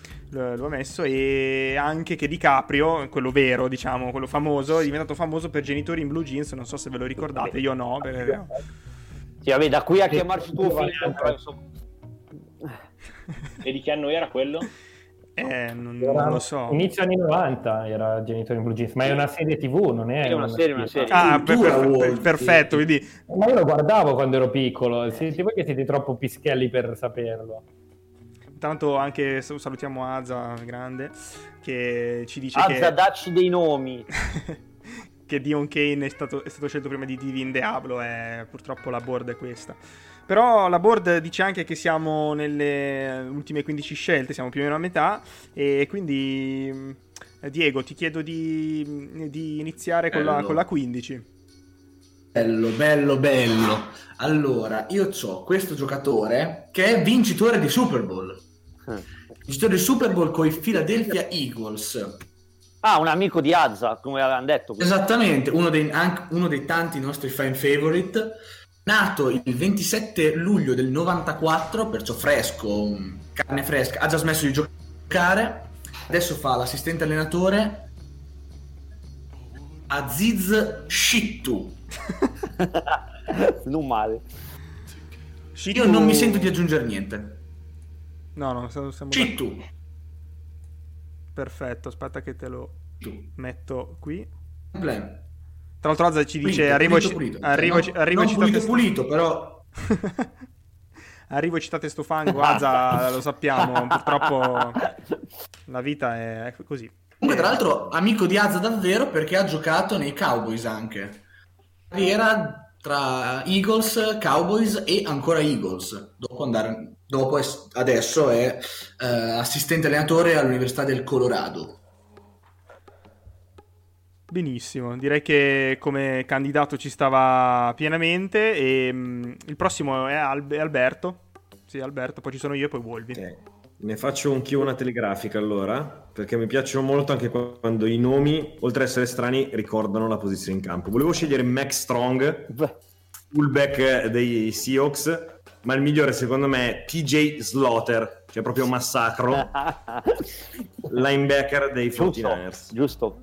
e anche che DiCaprio, quello vero, diciamo, quello famoso, è diventato famoso per Genitori in Blue Jeans, non so se ve lo ricordate, io no. Sì, vabbè, da qui a chiamarci tuo figlio, però insomma... E di che anno era quello? Non lo so. Inizio anni 90 era Genitori in Blue Jeans, ma è una serie TV, non è una serie. Ah, perfetto, quindi... Ma io lo guardavo quando ero piccolo, siete voi che siete troppo pischelli per saperlo. Tanto anche salutiamo Azza, grande, che ci dice Azza, dacci dei nomi. che Dion Kane è stato scelto prima di Divin Diablo, purtroppo la board è questa. Però la board dice anche che siamo nelle ultime 15 scelte, siamo più o meno a metà, e quindi Diego ti chiedo di iniziare con la 15. Bello. Allora, io ho questo giocatore che è vincitore di Super Bowl. Vincitore di Super Bowl con i Philadelphia Eagles. Ah, un amico di Azza, come avevano detto. Esattamente, uno dei tanti nostri fan favorite. Nato il 27 luglio del 94, perciò fresco, carne fresca. Ha già smesso di giocare. Adesso fa l'assistente allenatore. Aziz Shittu. Non male. Io non mi sento di aggiungere niente. No, siamo Shittu. Perfetto, aspetta che te lo metto qui. Problema. Tra l'altro Azza ci dice pulito, però arrivo, citate sto fango, Azza, lo sappiamo, purtroppo la vita è così. Comunque tra l'altro amico di Azza davvero, perché ha giocato nei Cowboys anche. Era tra Eagles, Cowboys e ancora Eagles. Adesso è assistente allenatore all'Università del Colorado. Benissimo, direi che come candidato ci stava pienamente. E il prossimo è Alberto. Sì, Alberto, poi ci sono io e poi Wolvi. Ne faccio anch'io una telegrafica allora, perché mi piacciono molto anche quando i nomi, oltre ad essere strani, ricordano la posizione in campo. Volevo scegliere Max Strong, fullback dei Seahawks, ma il migliore secondo me è TJ Slaughter, cioè proprio un massacro, linebacker dei 49ers. Giusto.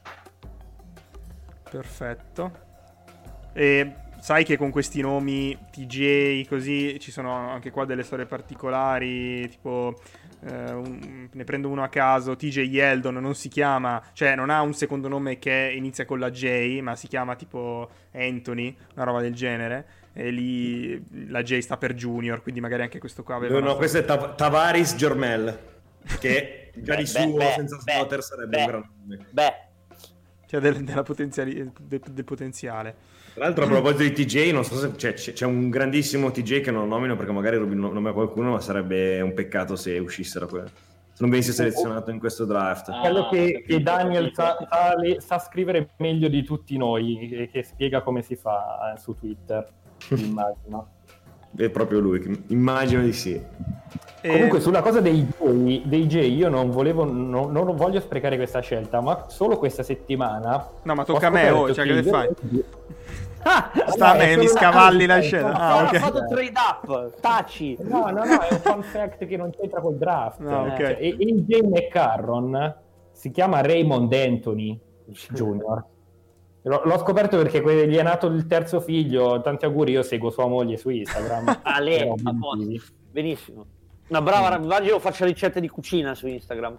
Perfetto. E sai che con questi nomi TJ così ci sono anche qua delle storie particolari, tipo ne prendo uno a caso, TJ Yeldon non si chiama, cioè non ha un secondo nome che inizia con la J, ma si chiama tipo Anthony, una roba del genere, e lì la J sta per Junior, quindi magari anche questo qua aveva questo è Tavares Jormel, che già di suo senza Slaughter sarebbe un gran nome. Cioè del potenziale. Tra l'altro a proposito di TJ, non so se c'è un grandissimo TJ che non nomino perché magari rubi il nome a qualcuno, ma sarebbe un peccato se uscissero se non venisse selezionato in questo draft. Quello che Daniel sa scrivere meglio di tutti noi e che spiega come si fa su Twitter, immagino. È proprio lui, immagino di sì. Comunque sulla cosa dei J io non voglio sprecare questa scelta, ma solo questa settimana. No, ma tocca a me, cioè che fai? Sta a me, è mi solo scavalli una la scena. Ha Ok. fatto trade up, taci. No, è un fun fact che non c'entra col draft. No, ok. Cioè, AJ McCarron si chiama Raymond Anthony Jr. L'ho scoperto perché gli è nato il terzo figlio. Tanti auguri, io seguo sua moglie su Instagram. Ale, a posto. Benissimo. Una brava, immagino faccia ricette di cucina su Instagram.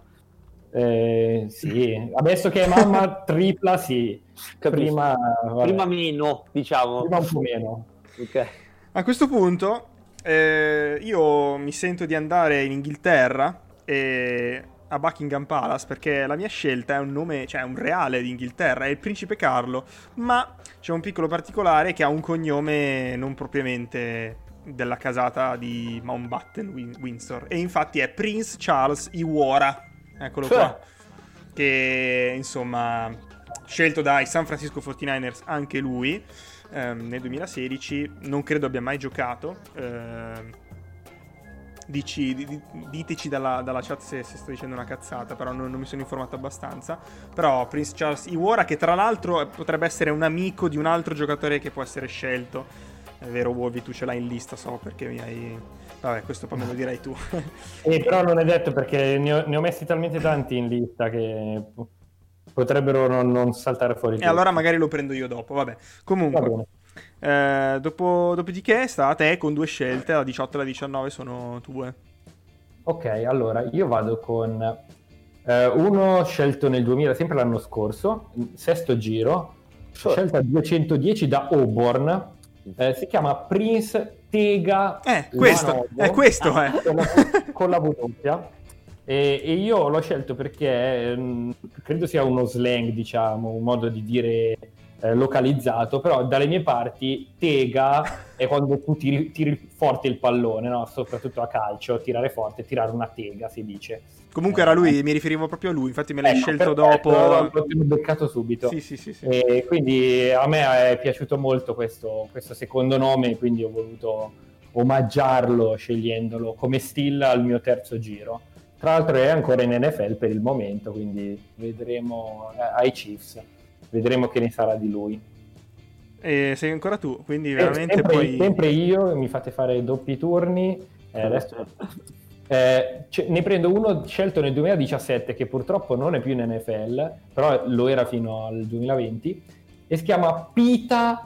Sì, adesso che è mamma tripla, sì. Prima meno, diciamo. Prima un po' meno. Ok. A questo punto io mi sento di andare in Inghilterra e a Buckingham Palace, perché la mia scelta è un nome, cioè un reale di Inghilterra, è il principe Carlo, ma c'è un piccolo particolare che ha un cognome non propriamente della casata di Mountbatten Windsor, e infatti è Prince Charles Iwora, eccolo qua, che insomma scelto dai San Francisco 49ers anche lui nel 2016, non credo abbia mai giocato. Diteci dalla chat se sto dicendo una cazzata, però non mi sono informato abbastanza. Però Prince Charles Iwora, che tra l'altro potrebbe essere un amico di un altro giocatore che può essere scelto, è vero Wolvi, tu ce l'hai in lista, so, perché mi hai... Vabbè, questo poi me lo direi tu. Però non è detto, perché ne ho messi talmente tanti in lista che potrebbero non saltare fuori. E allora magari lo prendo io dopo, vabbè. Comunque, dopodiché sta a te con 2 scelte, la 18 e la 19 sono tue. Ok, allora io vado con uno scelto nel 2000, sempre l'anno scorso, sesto giro, scelta 210 da Auburn, si chiama Prince Tega questo con la W. E io l'ho scelto perché credo sia uno slang, diciamo, un modo di dire localizzato, però dalle mie parti tega è quando tu tiri forte il pallone, no? Soprattutto a calcio, tirare forte, tirare una tega si dice. Comunque era lui, mi riferivo proprio a lui, infatti me l'hai scelto dopo. L'ho beccato subito. Sì. E quindi a me è piaciuto molto questo secondo nome, quindi ho voluto omaggiarlo scegliendolo come stilla al mio terzo giro. Tra l'altro è ancora in NFL per il momento, quindi vedremo ai Chiefs, vedremo che ne sarà di lui. E sei ancora tu, quindi veramente sempre io, mi fate fare doppi turni. Adesso ne prendo uno scelto nel 2017 che purtroppo non è più in NFL, però lo era fino al 2020, e si chiama Pita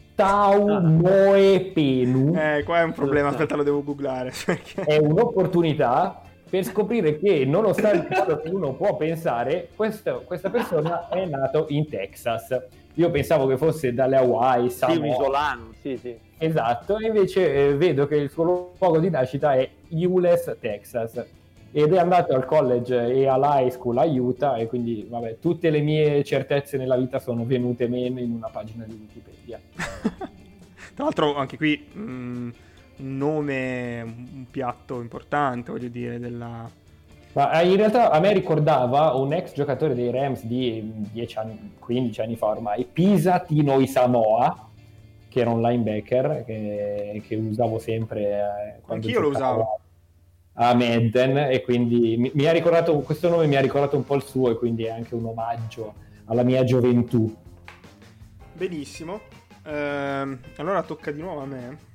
Taumoepenu. Qua è un problema, aspetta, lo devo googlare perché... È un'opportunità per scoprire che, nonostante quello che uno può pensare, questa persona è nato in Texas. Io pensavo che fosse dalle Hawaii, Samoa. Sì, isolano, sì. Esatto, e invece vedo che il suo luogo di nascita è Euless, Texas, ed è andato al college e all'high school a Utah, e quindi vabbè, tutte le mie certezze nella vita sono venute meno in una pagina di Wikipedia. Tra l'altro anche qui un nome, un piatto importante, voglio dire, della... Ma in realtà a me ricordava un ex giocatore dei Rams di 10 anni, 15 anni fa ormai, Pisa Tino Samoa, che era un linebacker che usavo sempre quando anch'io lo usavo a Madden, e quindi mi ha ricordato, questo nome mi ha ricordato un po' il suo, e quindi è anche un omaggio alla mia gioventù. Benissimo, allora tocca di nuovo a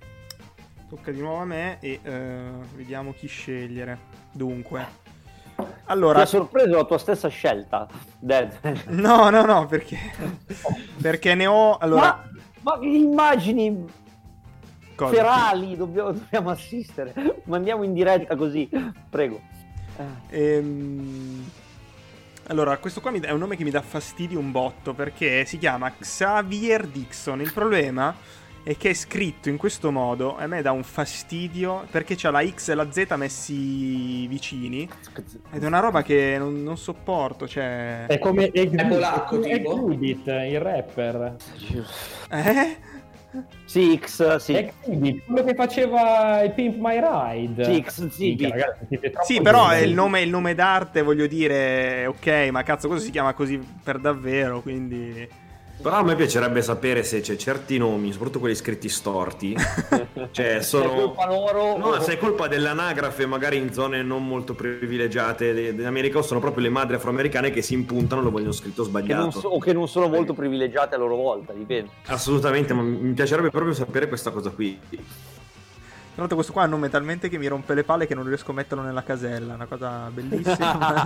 me e vediamo chi scegliere. Dunque, allora, ti ha sorpreso la tua stessa scelta, Dead? No, perché ne ho, allora... Ma immagini Cosa? ferali, dobbiamo assistere. Mandiamo in diretta così, prego. Allora, questo qua è un nome che mi dà fastidio un botto, perché si chiama Xavier Dixon. Il problema è che è scritto in questo modo, e a me dà un fastidio, perché c'ha la X e la Z messi vicini, ed è una roba che non sopporto, cioè... È come polacco, tipo? Exhibit, il rapper. Sì, X, sì. Exhibit, quello che faceva il Pimp My Ride. Sì, X, sì. Ragazzi, siete troppo Sì, però è giovani. il nome d'arte, voglio dire, ok, ma cazzo, cosa si chiama così per davvero, quindi... Però a me piacerebbe sapere se c'è certi nomi, soprattutto quelli scritti storti, cioè Se è colpa loro No, se è colpa dell'anagrafe magari in zone non molto privilegiate dell'America, o sono proprio le madri afroamericane che si impuntano e lo vogliono scritto sbagliato. o che non sono molto privilegiate a loro volta, dipende. Assolutamente, ma mi piacerebbe proprio sapere questa cosa qui. Tra l'altro questo qua ha un nome talmente che mi rompe le palle che non riesco a metterlo nella casella, una cosa bellissima.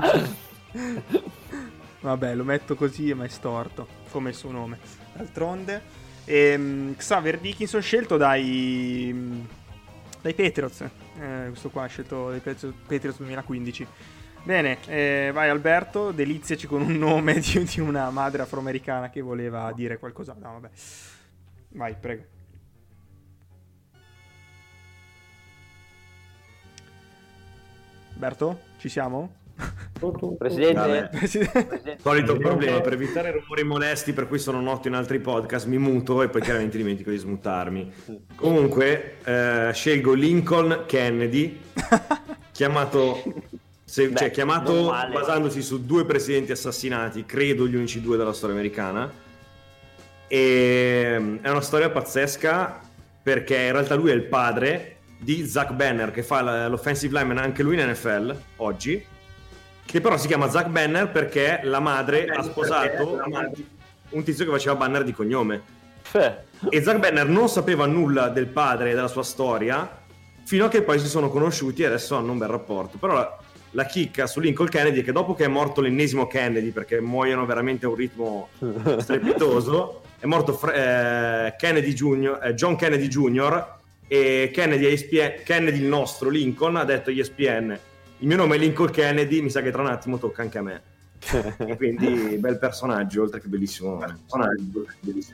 Vabbè, lo metto così, ma è storto, come il suo nome. D'altronde, Xavier Dickinson scelto dai Patriots. Questo qua ha scelto dai Patriots 2015. Bene, vai Alberto, deliziaci con un nome di una madre afroamericana che voleva dire qualcosa. No, vabbè. Vai, prego. Alberto, ci siamo? Presidente. Solito problema, per evitare rumori molesti per cui sono noto in altri podcast mi muto e poi chiaramente dimentico di smutarmi. Comunque scelgo Lincoln Kennedy chiamato basandosi su 2 presidenti assassinati, credo gli unici 2 della storia americana, e è una storia pazzesca perché in realtà lui è il padre di Zach Banner, che fa l'offensive lineman anche lui in NFL oggi, che però si chiama Zach Banner perché la madre ha sposato un tizio che faceva Banner di cognome. E Zach Banner non sapeva nulla del padre e della sua storia fino a che poi si sono conosciuti e adesso hanno un bel rapporto. Però la chicca su Lincoln Kennedy è che dopo che è morto l'ennesimo Kennedy, perché muoiono veramente a un ritmo strepitoso, è morto John Kennedy Jr. e Kennedy il nostro Lincoln ha detto a ESPN: il mio nome è Lincoln Kennedy, mi sa che tra un attimo tocca anche a me. E quindi bel personaggio, oltre che bellissimo personaggio.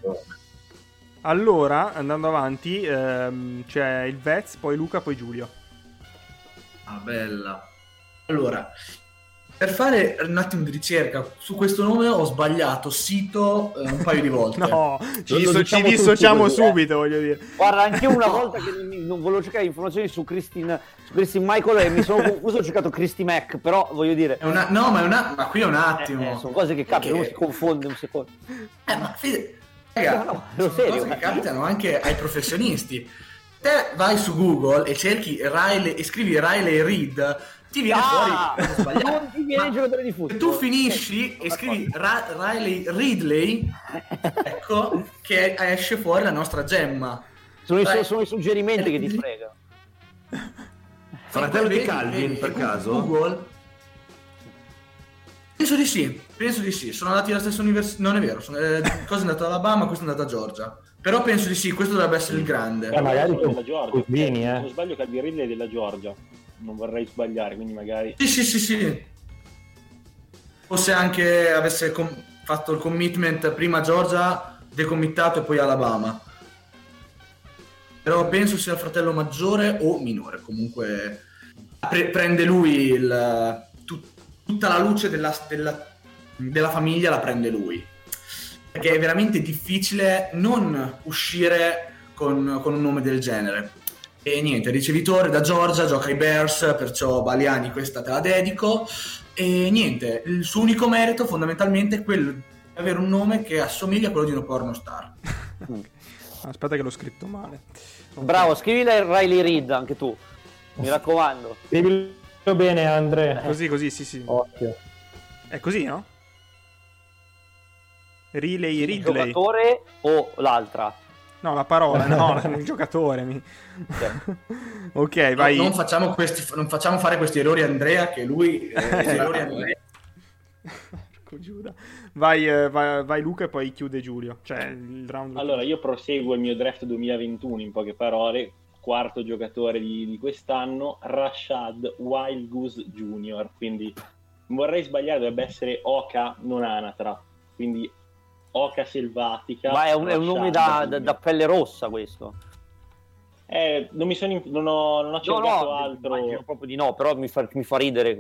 Allora, andando avanti, c'è il Vez, poi Luca, poi Giulio. Ah, bella. Allora, per fare un attimo di ricerca su questo nome ho sbagliato sito un paio di volte. No, ci dissociamo subito, voglio dire. Guarda, anche io una volta che non volevo cercare informazioni su Christine Michael e mi sono confuso, ho cercato Christy Mac, però voglio dire... ma qui è un attimo. sono cose che capitano, uno si confonde un secondo. Raga, No, sono serio, cose che capitano anche ai professionisti. Te vai su Google e cerchi Riley e scrivi Riley Reid, ti viene fuori sbagliato. Non ti viene il giocatore di football. Se tu finisci e scrivi Riley Ridley, ecco che esce fuori la nostra gemma. Sono i suggerimenti che ti fregano. Fratello di Calvin, per caso? Google. Penso di sì. Sono andati alla stessa università. Non è vero, questo è andato ad Alabama, questo è andato a Georgia. Però penso di sì, questo dovrebbe essere il grande. Magari della Georgia. Cusini, Se non sbaglio, Calvin Ridley è della Georgia. Non vorrei sbagliare, quindi magari... Sì. Forse anche avesse fatto il commitment prima a Georgia, decommittato e poi Alabama. Però penso sia il fratello maggiore o minore. Comunque prende lui tutta la luce della famiglia, la prende lui. Perché è veramente difficile non uscire con un nome del genere. E niente, ricevitore da Georgia, gioca ai Bears, perciò Baliani questa te la dedico. E niente, il suo unico merito fondamentalmente è quello di avere un nome che assomiglia a quello di una pornostar. Aspetta che l'ho scritto male. Bravo, scrivi Riley Reid anche tu, mi raccomando. Scrivilo bene, Andre. Così, sì. Occhio. È così, no? Ridley. Il giocatore o l'altra? No, la parola, no, il giocatore. Ok, vai. Non facciamo fare questi errori a Andrea, che lui errori a Andrea. Giuda. Vai Luca e poi chiude Giulio. Cioè il round. Allora, io proseguo il mio draft 2021 in poche parole. Quarto giocatore di quest'anno, Rashad Wild Goose Jr. Quindi vorrei sbagliare, dovrebbe essere Oca non anatra. Quindi Oca selvatica. Ma è un nome da pelle rossa questo. Non ho cercato altro. Immagino proprio di no, però mi fa ridere.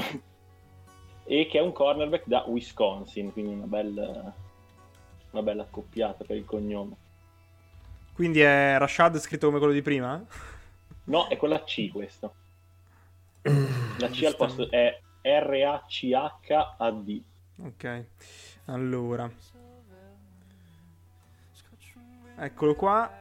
E che è un cornerback da Wisconsin, quindi una bella accoppiata per il cognome. Quindi è Rashad scritto come quello di prima? No, è con la C questo. La C al posto è RACHAD. Ok, allora Eccolo qua.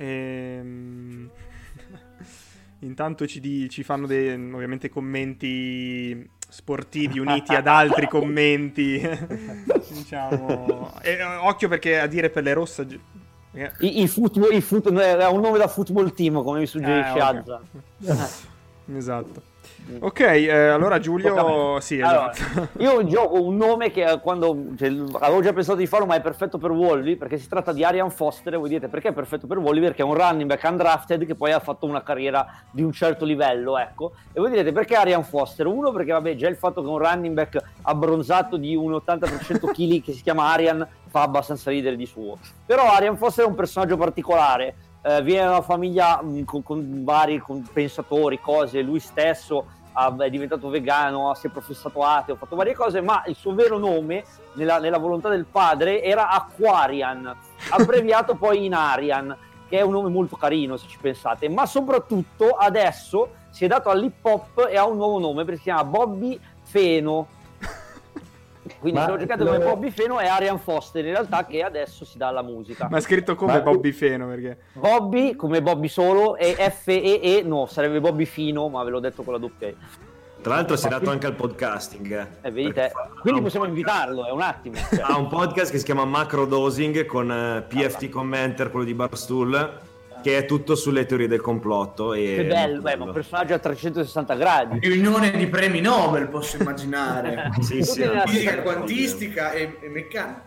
Intanto ci fanno ovviamente commenti sportivi uniti ad altri commenti. Diciamo. Occhio perché a dire per le rossa. Il football è un nome da football team, come mi suggerisce Azza. Esatto. Ok, allora Giulio, sì, esatto. Allora, io gioco un nome che avevo già pensato di farlo, ma è perfetto per Wolvi, perché si tratta di Arian Foster. E voi dite perché è perfetto per Wolvi? Perché è un running back undrafted che poi ha fatto una carriera di un certo livello, ecco. E voi direte perché Arian Foster? Uno, perché vabbè, già il fatto che un running back abbronzato di un 80% kg che si chiama Arian fa abbastanza ridere di suo. Però Arian Foster è un personaggio particolare. Viene da una famiglia con vari pensatori, cose. Lui stesso è diventato vegano, si è professato ateo, ha fatto varie cose, ma il suo vero nome nella volontà del padre era Aquarian, abbreviato poi in Arian, che è un nome molto carino se ci pensate. Ma soprattutto adesso si è dato all'hip hop e ha un nuovo nome, perché si chiama Bobby Feno. Quindi se lo cercate come Bobby Feno è Arian Foster in realtà, che adesso si dà alla musica. Ma è scritto come Bobby Feno, perché Bobby come Bobby solo e F-E-E no, sarebbe Bobby Fino, ma ve l'ho detto con la doppia E. Tra l'altro si è dato anche al podcasting. Vedi te. Quindi possiamo invitarlo, è un attimo. Ha un podcast che si chiama Macro Dosing con PFT Commenter, quello di Barstool, che è tutto sulle teorie del complotto. Che bello, ma un personaggio a 360 gradi. Riunione di premi Nobel, posso immaginare. Sì, fisica quantistica e meccanica.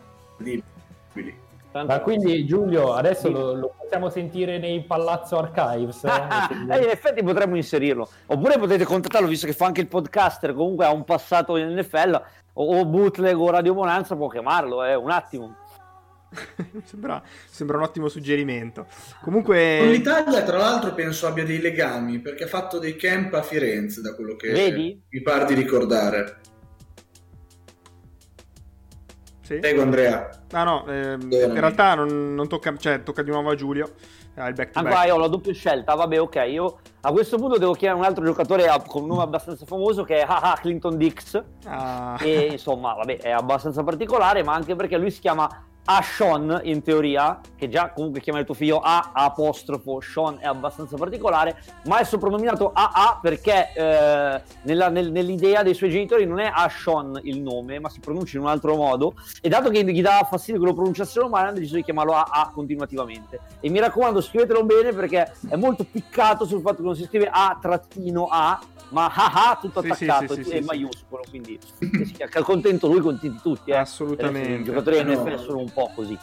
Ma quindi Giulio, adesso lo possiamo sentire nei Palazzo Archives? In effetti potremmo inserirlo. Oppure potete contattarlo, visto che fa anche il podcaster, comunque ha un passato in NFL, o Bootleg o Radio Bonanza, può chiamarlo, un attimo. Sembra un ottimo suggerimento. Comunque con l'Italia tra l'altro penso abbia dei legami, perché ha fatto dei camp a Firenze, da quello che mi pare di ricordare. Sì? Prego Andrea. In realtà non tocca, cioè tocca di nuovo a Giulio. Il back to back. Ancora io ho la doppia scelta, vabbè, ok, io a questo punto devo chiamare un altro giocatore con un nome abbastanza famoso, che è Clinton Dix. E insomma, vabbè, è abbastanza particolare, ma anche perché lui si chiama Sean in teoria, che già comunque chiama il tuo figlio apostrofo Sean è abbastanza particolare, ma è soprannominato AA perché nell'idea dei suoi genitori non è Sean il nome, ma si pronuncia in un altro modo, e dato che gli dava fastidio che lo pronunciassero male, hanno deciso di chiamarlo AA continuativamente. E mi raccomando, scrivetelo bene, perché è molto piccato sul fatto che non si scrive A-A, ma tutto attaccato, è maiuscolo, quindi che contento lui, contenti tutti. Assolutamente. I giocatori NFL sono un po' così.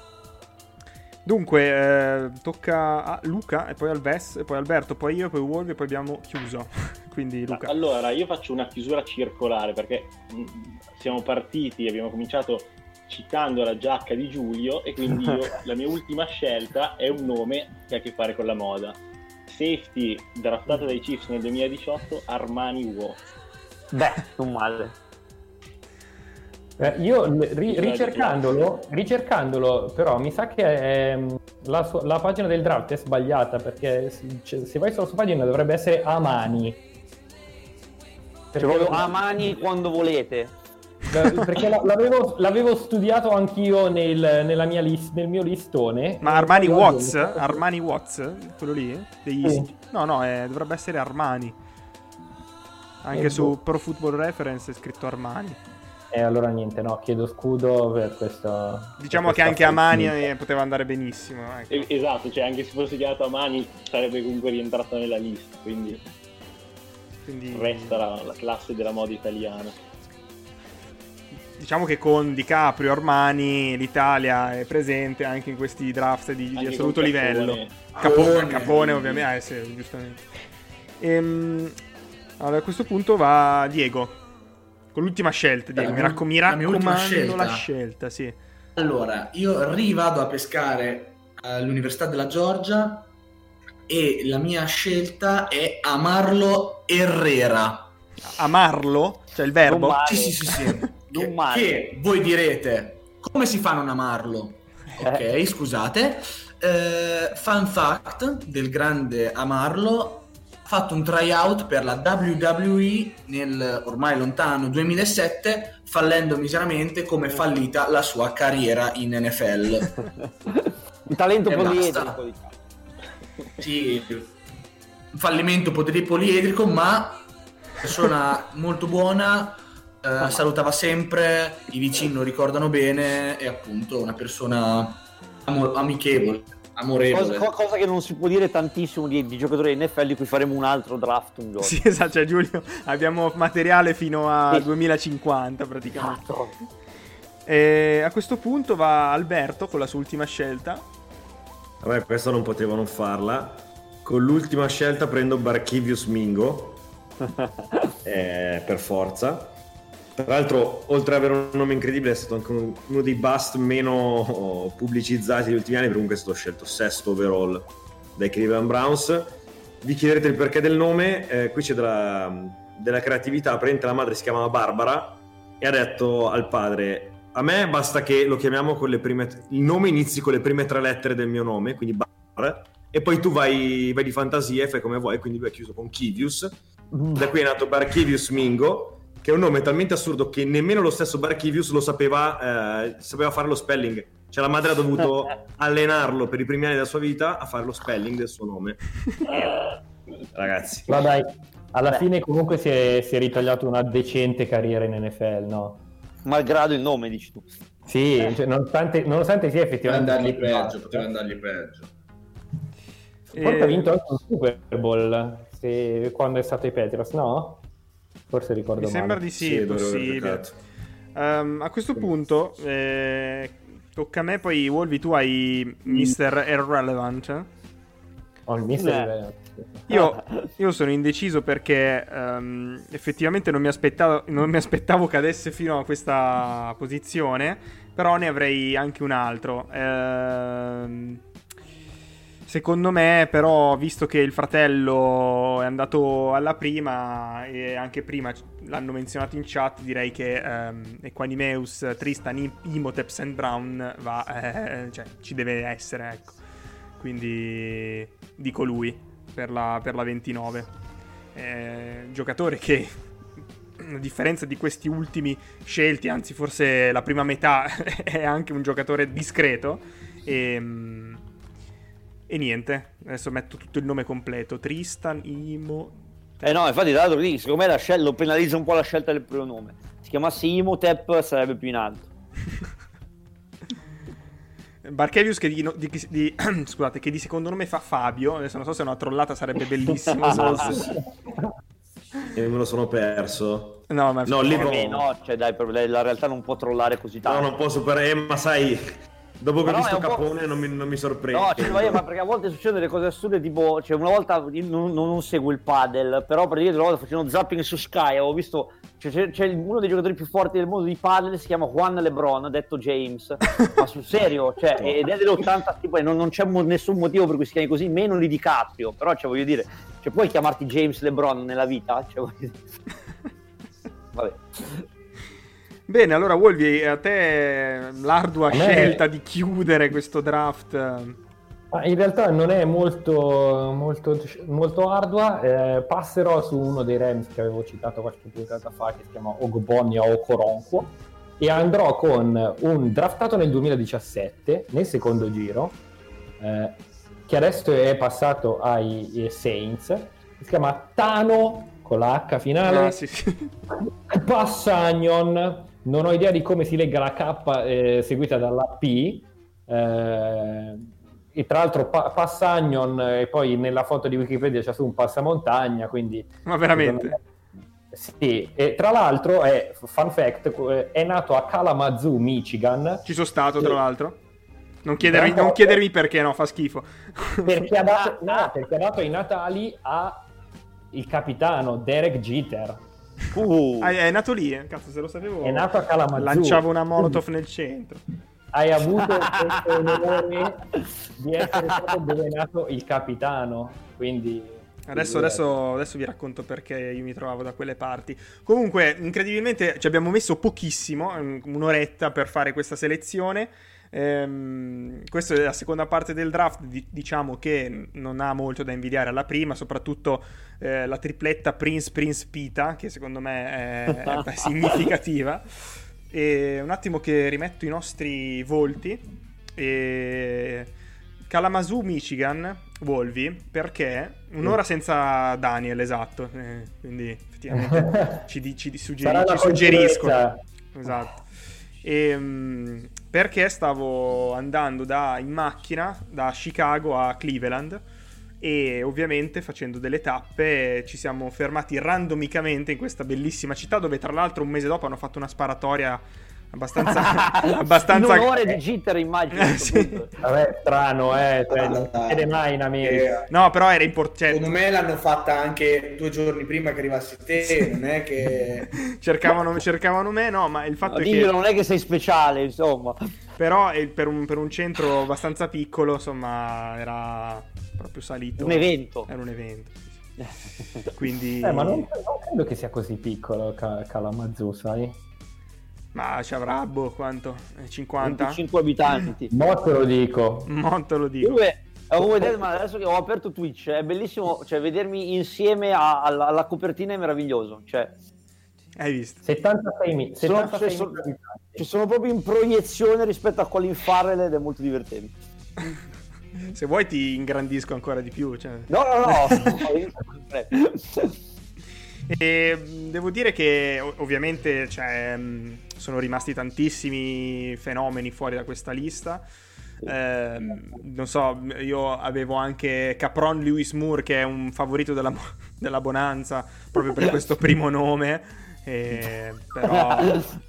Dunque tocca a Luca, e poi Alves, e poi Alberto, poi io, poi Wolvi, e poi abbiamo chiuso. Quindi Luca. Allora io faccio una chiusura circolare, perché siamo partiti, abbiamo cominciato citando la giacca di Giulio, e quindi la mia ultima scelta è un nome che ha a che fare con la moda. Safety draftato dai Chiefs nel 2018, Armani Watts. Beh, non male. Io ricercandolo, però mi sa che la pagina del draft è sbagliata, perché se vai sulla sua pagina dovrebbe essere Amani. Cioè proprio Amani quando volete. Perché l'avevo studiato anch'io nel mio listone. Ma Armani Watts? Armani Watts? Quello lì? No, dovrebbe essere Armani. Anche su Pro Football Reference è scritto Armani. Allora niente, no, chiedo scudo per questo. Diciamo che anche Amani poteva andare benissimo. Ecco. Esatto, cioè anche se fosse chiamato Amani sarebbe comunque rientrato nella lista, quindi resta la classe della moda italiana. Diciamo che con DiCaprio, Armani, l'Italia è presente anche in questi draft di assoluto livello. Capone ovviamente, sì, giustamente. Allora, a questo punto va Diego, con l'ultima scelta. Diego, mi raccomando la scelta, sì. Allora, io rivado a pescare all'Università della Georgia e la mia scelta è Amarlo Herrera. Amarlo? Cioè il verbo? Sì. Che voi direte, come si fa a non amarlo? Ok, scusate. Fun fact del grande Amarlo: ha fatto un tryout per la WWE nel ormai lontano 2007, fallendo miseramente come fallita la sua carriera in NFL. Un talento basta. poliedrico, diciamo. Sì, un fallimento poliedrico, ma persona molto buona, salutava sempre, i vicini lo ricordano bene, e appunto una persona amichevole, amorevole. Cosa che non si può dire tantissimo di giocatori di NFL, di cui faremo un altro draft un giorno. Sì, esatto, cioè, Giulio, abbiamo materiale fino a 2050 praticamente. Esatto. E a questo punto va Alberto con la sua ultima scelta. Vabbè, questa non potevo non farla. Con l'ultima scelta prendo Barkevius Mingo. Per forza. Tra l'altro, oltre ad avere un nome incredibile, è stato anche uno dei bust meno pubblicizzati degli ultimi anni, per comunque è stato scelto sesto overall dai Cleveland Browns. Vi chiederete il perché del nome, qui c'è della creatività. Praticamente la madre si chiamava Barbara e ha detto al padre: a me basta che lo chiamiamo con le prime, il nome inizi con le prime 3 lettere del mio nome, quindi Bar, e poi tu vai di fantasia e fai come vuoi, quindi lui è chiuso con Kivius. Da qui è nato Barkevius Mingo, che è un nome talmente assurdo che nemmeno lo stesso Barkevius lo sapeva fare lo spelling. Cioè la madre ha dovuto allenarlo per i primi anni della sua vita a fare lo spelling del suo nome. Ragazzi. Ma dai, alla fine comunque si è ritagliato una decente carriera in NFL, no? Malgrado il nome, dici tu. Sì, cioè, nonostante sia effettivamente... Poteva andargli peggio. Forse ha vinto anche un Super Bowl quando è stato ai Patriots, no? Forse ricordo Mi sembra di sì, è possibile. A questo punto tocca a me, poi Wolvi, tu hai Mr. Irrelevant. Oh, il Mr. Io sono indeciso perché effettivamente non mi aspettavo cadesse fino a questa posizione, però ne avrei anche un altro. Secondo me, però, visto che il fratello è andato alla prima e anche prima l'hanno menzionato in chat, direi che Equanimeus, Tristan, Imhotep, St. Brown cioè, ci deve essere, ecco. Quindi dico lui per la 29. Giocatore che, a differenza di questi ultimi scelti, anzi forse la prima metà, è anche un giocatore discreto. E niente, adesso metto tutto il nome completo: Tristan, Imo. No, infatti tra l'altro lì, secondo me lo penalizza un po' la scelta del primo nome. Si chiamasse Imhotep sarebbe più in alto. Barkevius scusate, che di secondo nome fa Fabio. Adesso non so se una trollata sarebbe bellissimo. E me lo sono perso. No, ma no, cioè dai, la realtà non può trollare così tanto. No, non può superare, ma sai, dopo che ho visto Capone non mi sorprende. No, cioè, ma perché a volte succedono delle cose assurde, tipo, cioè una volta non seguo il padel, però praticamente una volta facendo zapping su Sky avevo visto, c'è uno dei giocatori più forti del mondo di padel, si chiama Juan LeBron, detto James, ma sul serio, cioè, ed è dell'80, tipo, non c'è nessun motivo per cui si chiami così, meno di DiCaprio, però cioè, voglio dire, cioè, puoi chiamarti James LeBron nella vita? Cioè, voglio dire. Vabbè. Bene, allora Wolvi, a te l'ardua scelta di chiudere questo draft. In realtà non è molto ardua. Passerò su uno dei Rams che avevo citato qualche puntata fa, che si chiama Ogbonia Okoronkwo, e andrò con un draftato nel 2017 nel secondo giro, che adesso è passato ai Saints. Si chiama Tano con la H finale. Sì. Passagnon, non ho idea di come si legga la K seguita dalla P, e tra l'altro Passagnon, e poi nella foto di Wikipedia c'è su un passamontagna, quindi... Ma veramente? Sì, e tra l'altro fun fact, è nato a Kalamazoo, Michigan. Ci sono stato, tra l'altro. Non chiedermi perché, no, fa schifo. Perché ha dato i natali a il capitano Derek Jeter. È nato lì, cazzo, se lo sapevo. È nato a Kalamazoo. Lanciavo una Molotov nel centro. Hai avuto questo onore di essere stato dove è nato il capitano, quindi... Adesso vi racconto perché io mi trovavo da quelle parti. Comunque, incredibilmente, ci abbiamo messo pochissimo, un'oretta per fare questa selezione. Questa è la seconda parte del draft, diciamo che non ha molto da invidiare alla prima, soprattutto la tripletta Prince Pita, che secondo me è significativa. E un attimo che rimetto i nostri volti e Kalamazoo, Michigan, Volvi, perché un'ora senza Daniel, esatto, quindi effettivamente ci suggeriscono. Esatto. Perché stavo andando in macchina da Chicago a Cleveland e ovviamente facendo delle tappe ci siamo fermati randomicamente in questa bellissima città, dove tra l'altro un mese dopo hanno fatto una sparatoria abbastanza in onore di Jitter, immagino. Sì. Vabbè, strano, cioè, non succede mai in America. No, però era importante. Secondo me l'hanno fatta anche 2 giorni prima che arrivassi te, non è che cercavano me, no, ma il fatto è che non è che sei speciale, insomma. però per un centro abbastanza piccolo, insomma, era proprio salito. Un evento. Era un evento. Sì. Quindi Ma non credo che sia così piccolo Kalamazoo, sai? Ma ci avrà, quanto? 50? 25 abitanti. Mo te lo dico. Comunque, ma adesso che ho aperto Twitch è bellissimo, cioè vedermi insieme alla copertina è meraviglioso, cioè hai visto? 76.000 ci sono proprio in proiezione rispetto a Colin Farrell ed è molto divertente. Se vuoi ti ingrandisco ancora di più, cioè. No. E devo dire che ovviamente sono rimasti tantissimi fenomeni fuori da questa lista. Non so, io avevo anche Capron Lewis Moore, che è un favorito della Bonanza proprio per questo primo nome, però...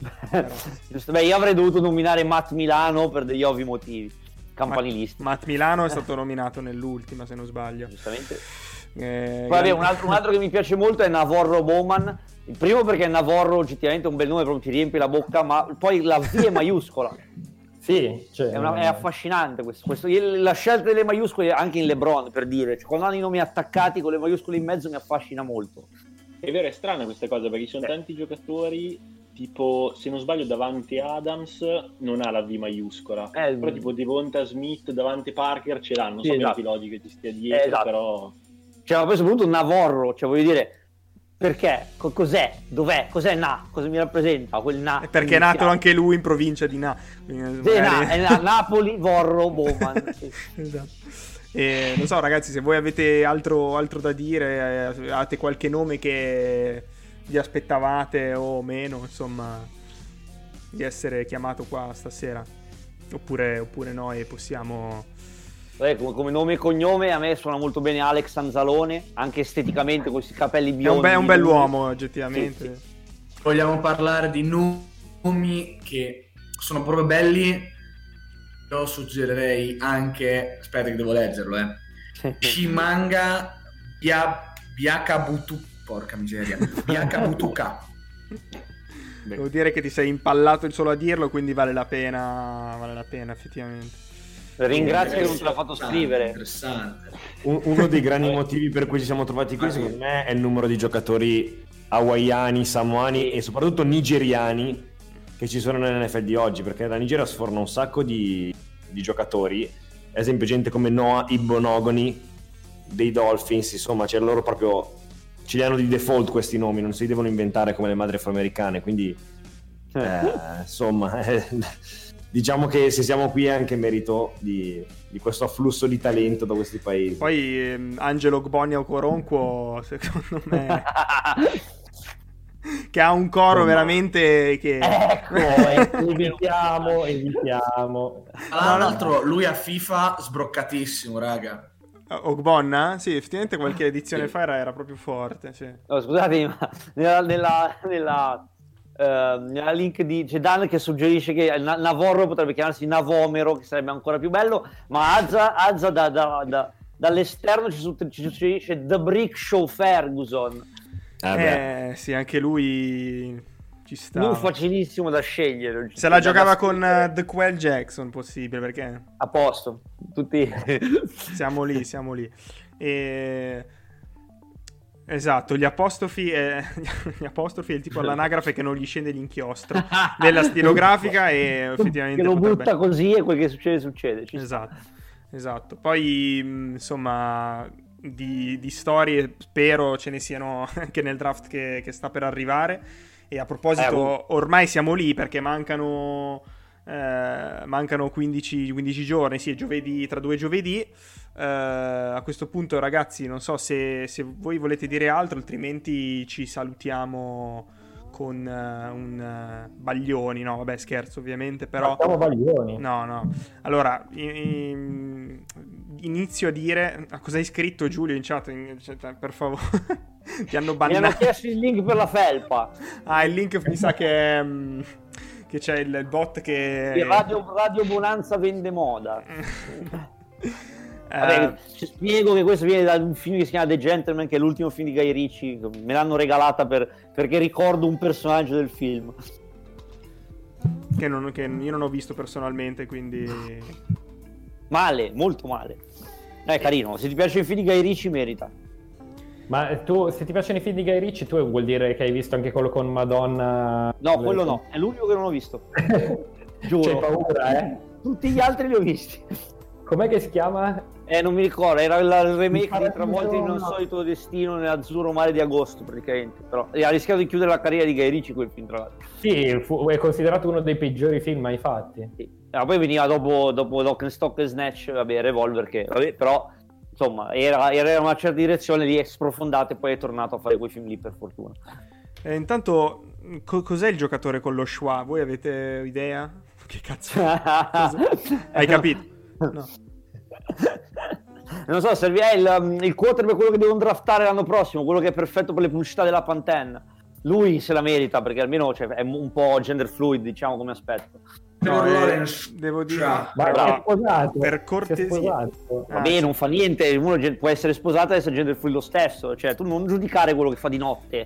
Beh, io avrei dovuto nominare Matt Milano per degli ovvi motivi campanilisti. Matt Milano è stato nominato nell'ultima, se non sbaglio, giustamente. Poi un altro che mi piace molto è Navarro Bowman. Il primo perché Navarro oggettivamente è un bel nome, proprio ti riempie la bocca, ma poi la V è maiuscola. Sì, cioè, è affascinante questo. La scelta delle maiuscole anche in LeBron, per dire, cioè, quando hanno i nomi attaccati con le maiuscole in mezzo mi affascina molto. È vero, è strana questa cosa, perché ci sono tanti giocatori, tipo, se non sbaglio, Davante Adams non ha la V maiuscola, però tipo Devonta Smith, Davante Parker ce l'hanno, non so esatto. che logica ci stia dietro, esatto. Però... Cioè, ma poi soprattutto Navarro, cioè voglio dire, perché? Cos'è? Dov'è? Cos'è Na? Cosa mi rappresenta quel Na? Perché è nato anche lui in provincia di Na. È Napoli, Vorro, Bowman. Esatto. Non so ragazzi, se voi avete altro da dire, avete qualche nome che vi aspettavate o meno, insomma, di essere chiamato qua stasera, oppure no, e possiamo... Come nome e cognome a me suona molto bene Alex Anzalone, anche esteticamente con questi capelli biondi. È un bell'uomo, oggettivamente. Sì. Vogliamo parlare di nomi che sono proprio belli. Io suggerirei anche, aspetta che devo leggerlo, Chimanga Biakabutu, porca miseria, Biakabutuka. Devo dire che ti sei impallato solo a dirlo, quindi vale la pena effettivamente. Ringrazio che non te l'ha fatto scrivere. Interessante. Uno dei grandi motivi per cui ci siamo trovati qui, secondo me, è il numero di giocatori hawaiani, samoani e soprattutto nigeriani che ci sono nell'NFL di oggi, perché la Nigeria sforna un sacco di giocatori, ad esempio gente come Noah Igbonogoni dei Dolphins, insomma, cioè loro proprio ce li hanno di default questi nomi, non si devono inventare come le madri afroamericane, quindi insomma diciamo che se siamo qui è anche merito di questo afflusso di talento da questi paesi. Poi Angelo Gbonnia Okoronkwo, secondo me che ha un coro veramente che... evitiamo. Tra l'altro lui a FIFA sbroccatissimo, raga. Ogbonna? Sì, effettivamente qualche edizione fa era proprio forte, sì. Oh, scusatemi, ma nella link c'è Dan che suggerisce che Navarro potrebbe chiamarsi Navomero, che sarebbe ancora più bello, ma Azza dall'esterno ci suggerisce The Brick Show Ferguson. Sì, anche lui ci sta. Non facilissimo da scegliere. Se la giocava con The Quell Jackson, possibile, perché a posto, tutti siamo lì. Esatto, gli apostrofi è il tipo all'anagrafe che non gli scende l'inchiostro nella stilografica e effettivamente che lo butta così e quel che succede. Esatto. Poi insomma di storie spero ce ne siano anche nel draft che sta per arrivare. E a proposito, ormai siamo lì perché mancano mancano 15 giorni, sì, è giovedì, tra 2 giovedì. A questo punto, ragazzi, non so se voi volete dire altro, altrimenti ci salutiamo con un Baglioni. No, vabbè, scherzo ovviamente, però... Siamo Baglioni. No. Allora, inizio a dire... cosa hai scritto, Giulio, in chat? Per favore. Ti hanno bannato. Mi hanno chiesto il link per la felpa. Il link mi sa che c'è il bot che... Radio Bonanza vende moda. Vabbè, ci spiego che questo viene da un film che si chiama The Gentleman, che è l'ultimo film di Guy Ritchie. Me l'hanno regalata perché ricordo un personaggio del film che io non ho visto personalmente, quindi male, molto male. È carino, se ti piace il film di Guy Ritchie merita. Ma tu, se ti piacciono i film di Guy Ritchie, tu vuol dire che hai visto anche quello con Madonna? No, quello no, è l'unico che non ho visto. Giuro. C'hai paura, Tutti gli altri li ho visti. Com'è che si chiama? Non mi ricordo, era il remake di Travolti in un solito destino nell'azzurro mare di agosto, praticamente. Però ha rischiato di chiudere la carriera di Guy Ritchie quel film, tra l'altro. Sì, è considerato uno dei peggiori film mai fatti. Sì. Poi veniva dopo Lock and Stock e Snatch, vabbè, Revolver, che vabbè, però insomma era una certa direzione, lì è sprofondato e poi è tornato a fare quei film lì, per fortuna. Intanto, cos'è il giocatore con lo schwa? Voi avete idea? Che cazzo? Hai capito? No. Non so, servirà il quarterback, quello che devono draftare l'anno prossimo, quello che è perfetto per le pubblicità della Pantene. Lui se la merita, perché almeno è un po' gender fluid, diciamo, come aspetto. No, devo dire, è sposato, per cortesia. Va bene, non fa niente, uno può essere sposato e essere gender fluid lo stesso, cioè tu non giudicare quello che fa di notte.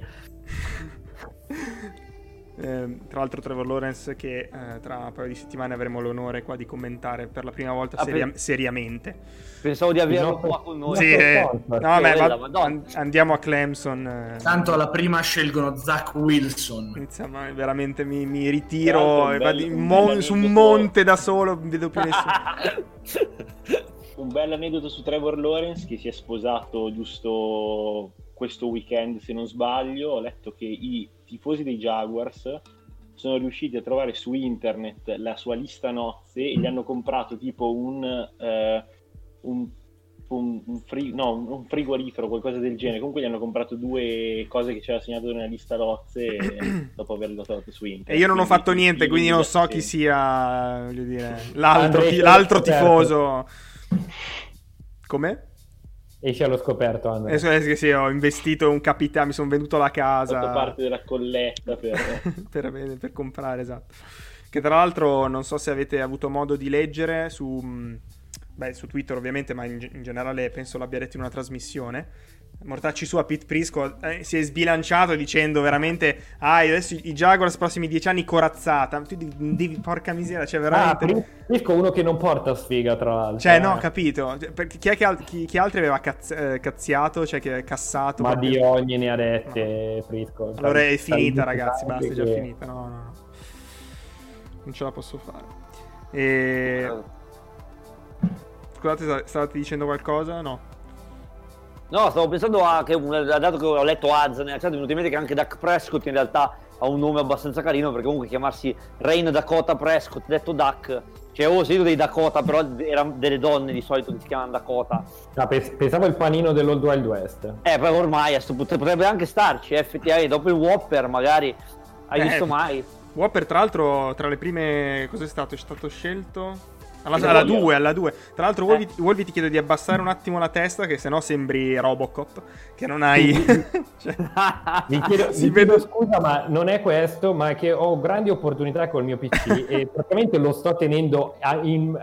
Tra l'altro Trevor Lawrence, che tra un paio di settimane avremo l'onore qua di commentare per la prima volta seriamente. Pensavo di averlo qua con noi. Sì, andiamo a Clemson. Tanto alla prima scelgono Zach Wilson. Insomma, veramente mi ritiro su un monte da solo, non vedo più nessuno. Un bel aneddoto su Trevor Lawrence, che si è sposato giusto questo weekend, se non sbaglio. Ho letto che i tifosi dei Jaguars sono riusciti a trovare su internet la sua lista nozze e gli hanno comprato tipo un frigorifero, qualcosa del genere. Comunque gli hanno comprato 2 cose che c'era segnato nella lista nozze dopo averlo trovato su internet. E io non ho fatto niente, quindi non so chi sia, voglio dire, l'altro tifoso. Come? Esci allo scoperto, Andrea. Sì, ho investito un capitale, mi sono venduto la casa. Fatto parte della colletta per comprare, esatto. Che tra l'altro non so se avete avuto modo di leggere su Twitter ovviamente, ma in generale penso l'abbia detto in una trasmissione. Mortacci su a Pete Prisco si è sbilanciato dicendo veramente adesso i Jaguars prossimi 10 anni corazzata. Tu devi porca miseria, cioè veramente Prisco uno che non porta sfiga, tra l'altro, cioè no, capito, chi altri aveva cazziato, cioè che cassato, ma proprio. di ogni ne ha dette, no. Prisco, allora è finita, ragazzi, basta, è già finita, no, non ce la posso fare. Scusate, stavate dicendo qualcosa? No, stavo pensando dato che ho letto Az nella chat, è venuto in mente che anche Dak Prescott in realtà ha un nome abbastanza carino, perché comunque chiamarsi Rain Dakota Prescott, detto Dak, cioè ho sentito dei Dakota, però erano delle donne di solito che si chiamano Dakota. Pensavo il panino dell'Old Wild West. Poi ormai potrebbe anche starci, effettivamente, dopo il Whopper magari, hai visto mai? Whopper, tra l'altro, tra le prime, cos'è stato? È stato scelto... Alla 2. Tra l'altro Wolvi ti chiedo di abbassare un attimo la testa, che sennò sembri Robocop, che non hai... cioè... Vi chiedo scusa, ma non è questo, ma è che ho grandi opportunità col mio PC e praticamente lo sto tenendo in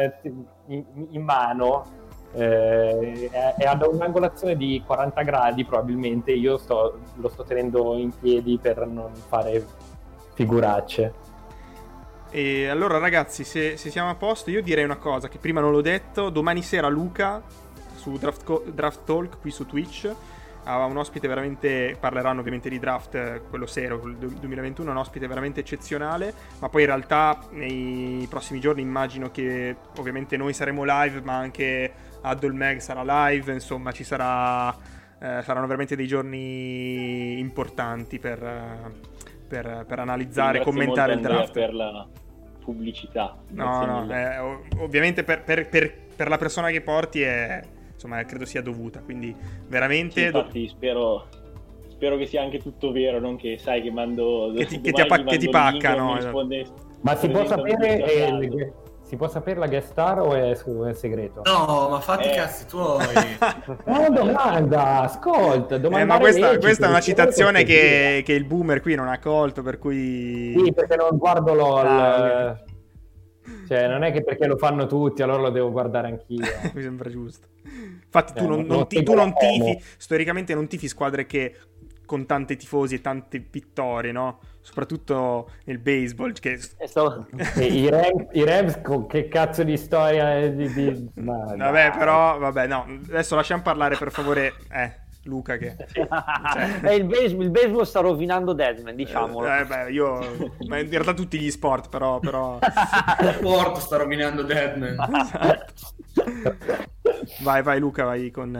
mano, è ad un'angolazione di 40 gradi probabilmente, io lo sto tenendo in piedi per non fare figuracce. E allora ragazzi, se siamo a posto, io direi una cosa che prima non l'ho detto: domani sera Luca su Draft Talk qui su Twitch ha un ospite veramente, parleranno ovviamente di draft, quello serio, quello 2021, un ospite veramente eccezionale, ma poi in realtà nei prossimi giorni immagino che ovviamente noi saremo live, ma anche Addol Mag sarà live, insomma ci saranno veramente dei giorni importanti per analizzare e commentare il draft. Per la pubblicità. No, ovviamente per la persona che porti è, insomma, credo sia dovuta, quindi veramente... Sì, infatti spero che sia anche tutto vero, non che sai che mando... che ti paccano. Ma si può sapere la guest star o è segreto? No, ma fatti i cazzi tuoi. No, domanda, ascolta. Ma questa è una citazione che il boomer qui non ha colto, per cui... Sì, perché non guardo LOL. Cioè, non è che perché lo fanno tutti, allora lo devo guardare anch'io. Mi sembra giusto. Infatti tu non tifi, storicamente non tifi squadre che con tanti tifosi e tante vittorie, no? Soprattutto nel baseball, che... I Rams con che cazzo di storia Vabbè, però, no, adesso lasciamo parlare per favore Luca che... Cioè... il baseball sta rovinando Deadman, diciamolo. Ma in realtà tutti gli sport, però... Lo sport sta rovinando Deadman. Vai Luca, vai con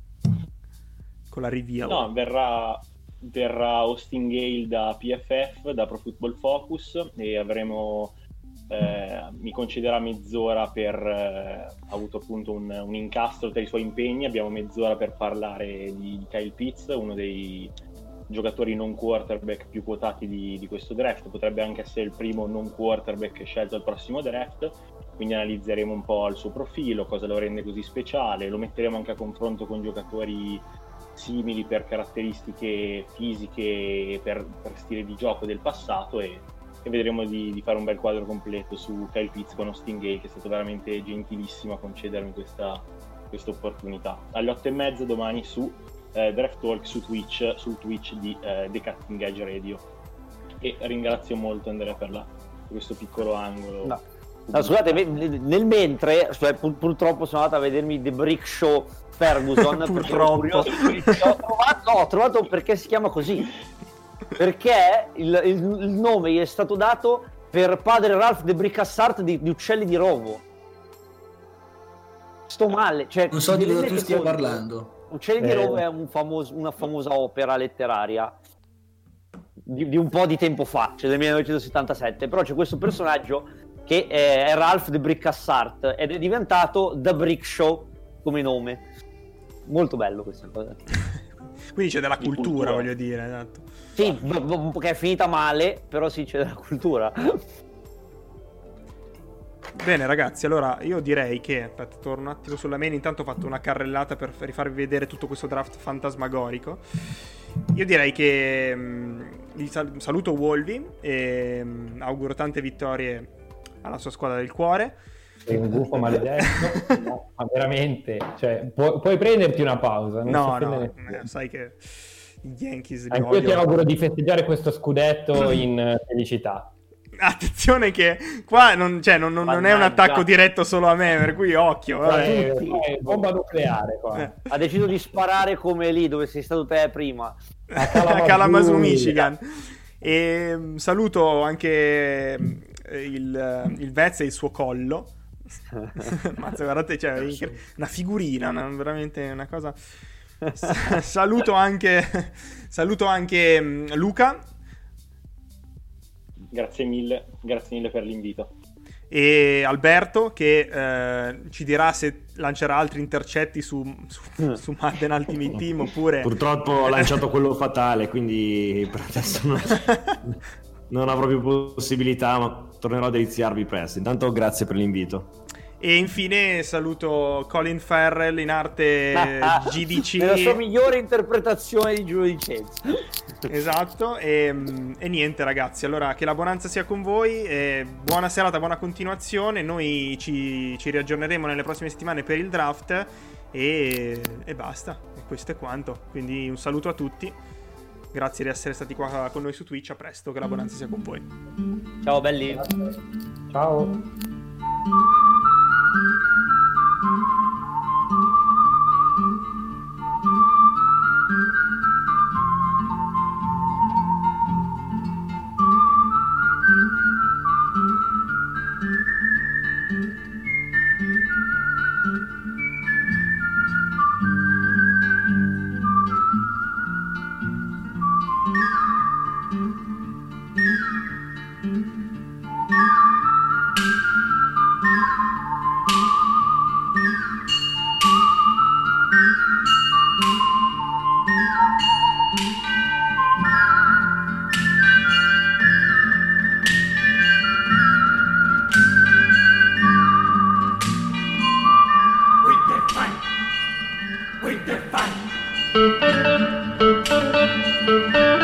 la reveal. No, verrà Austin Gale da PFF, da Pro Football Focus, e avremo mi concederà mezz'ora ha avuto appunto un incastro tra i suoi impegni. Abbiamo mezz'ora per parlare di Kyle Pitts, uno dei giocatori non quarterback più quotati di questo draft, potrebbe anche essere il primo non quarterback scelto al prossimo draft, quindi analizzeremo un po' il suo profilo, cosa lo rende così speciale, lo metteremo anche a confronto con giocatori simili per caratteristiche fisiche e per stile di gioco del passato, e vedremo di fare un bel quadro completo su Kyle Pitts con Austin Gale, che è stato veramente gentilissimo a concedermi questa opportunità. Alle 8:30 domani su Draft Talk sul Twitch di The Cutting Edge Radio, e ringrazio molto Andrea per questo piccolo angolo. No, scusate, nel mentre purtroppo sono andato a vedermi The Brick Show Ferguson. Purtroppo ho trovato perché si chiama così, perché il nome gli è stato dato per padre Ralph The Brick Assart di Uccelli di Rovo. Sto male, cioè, non so di cosa tu stia parlando. Uccelli di Rovo è una famosa opera letteraria di un po' di tempo fa, cioè del 1977, però c'è questo personaggio che è Ralph The Brick Assart ed è diventato The Brick Show come nome. Molto bello questa cosa. Quindi c'è della cultura, voglio dire, esatto. Sì, che è finita male, però sì, c'è della cultura. Bene ragazzi, allora io direi che, aspetta, torno un attimo sulla main, intanto ho fatto una carrellata per rifarvi vedere tutto questo draft fantasmagorico. Io direi che saluto Wolvi e auguro tante vittorie alla sua squadra del cuore. Sei un gufo maledetto. No, ma veramente, cioè, puoi prenderti una pausa. No, sai che i Yankees anch'io ti auguro di festeggiare questo scudetto in felicità. Attenzione che qua non è un attacco diretto solo a me, per cui occhio. Bomba nucleare qua. Ha deciso di sparare come lì dove sei stato te prima, a Kalamazoo, Michigan. E saluto anche il Vez e il suo collo. Mazza, guardate, cioè, una figurina, veramente una cosa. Saluto anche Luca. Grazie mille per l'invito. E Alberto che ci dirà se lancerà altri intercetti su Madden Ultimate Team oppure... Purtroppo ho lanciato quello fatale, quindi per adesso non avrò più possibilità, ma tornerò a deliziarvi presto. Intanto grazie per l'invito. E infine saluto Colin Farrell in arte GDC. Nella sua migliore interpretazione di Giulio Vicenza. Esatto, e niente ragazzi, allora che la bonanza sia con voi, buona serata, buona continuazione. Noi ci riaggiorneremo nelle prossime settimane per il draft e basta, e questo è quanto. Quindi un saluto a tutti, grazie di essere stati qua con noi su Twitch, a presto, che la bonanza sia con voi. Ciao belli. Ciao. with the fun.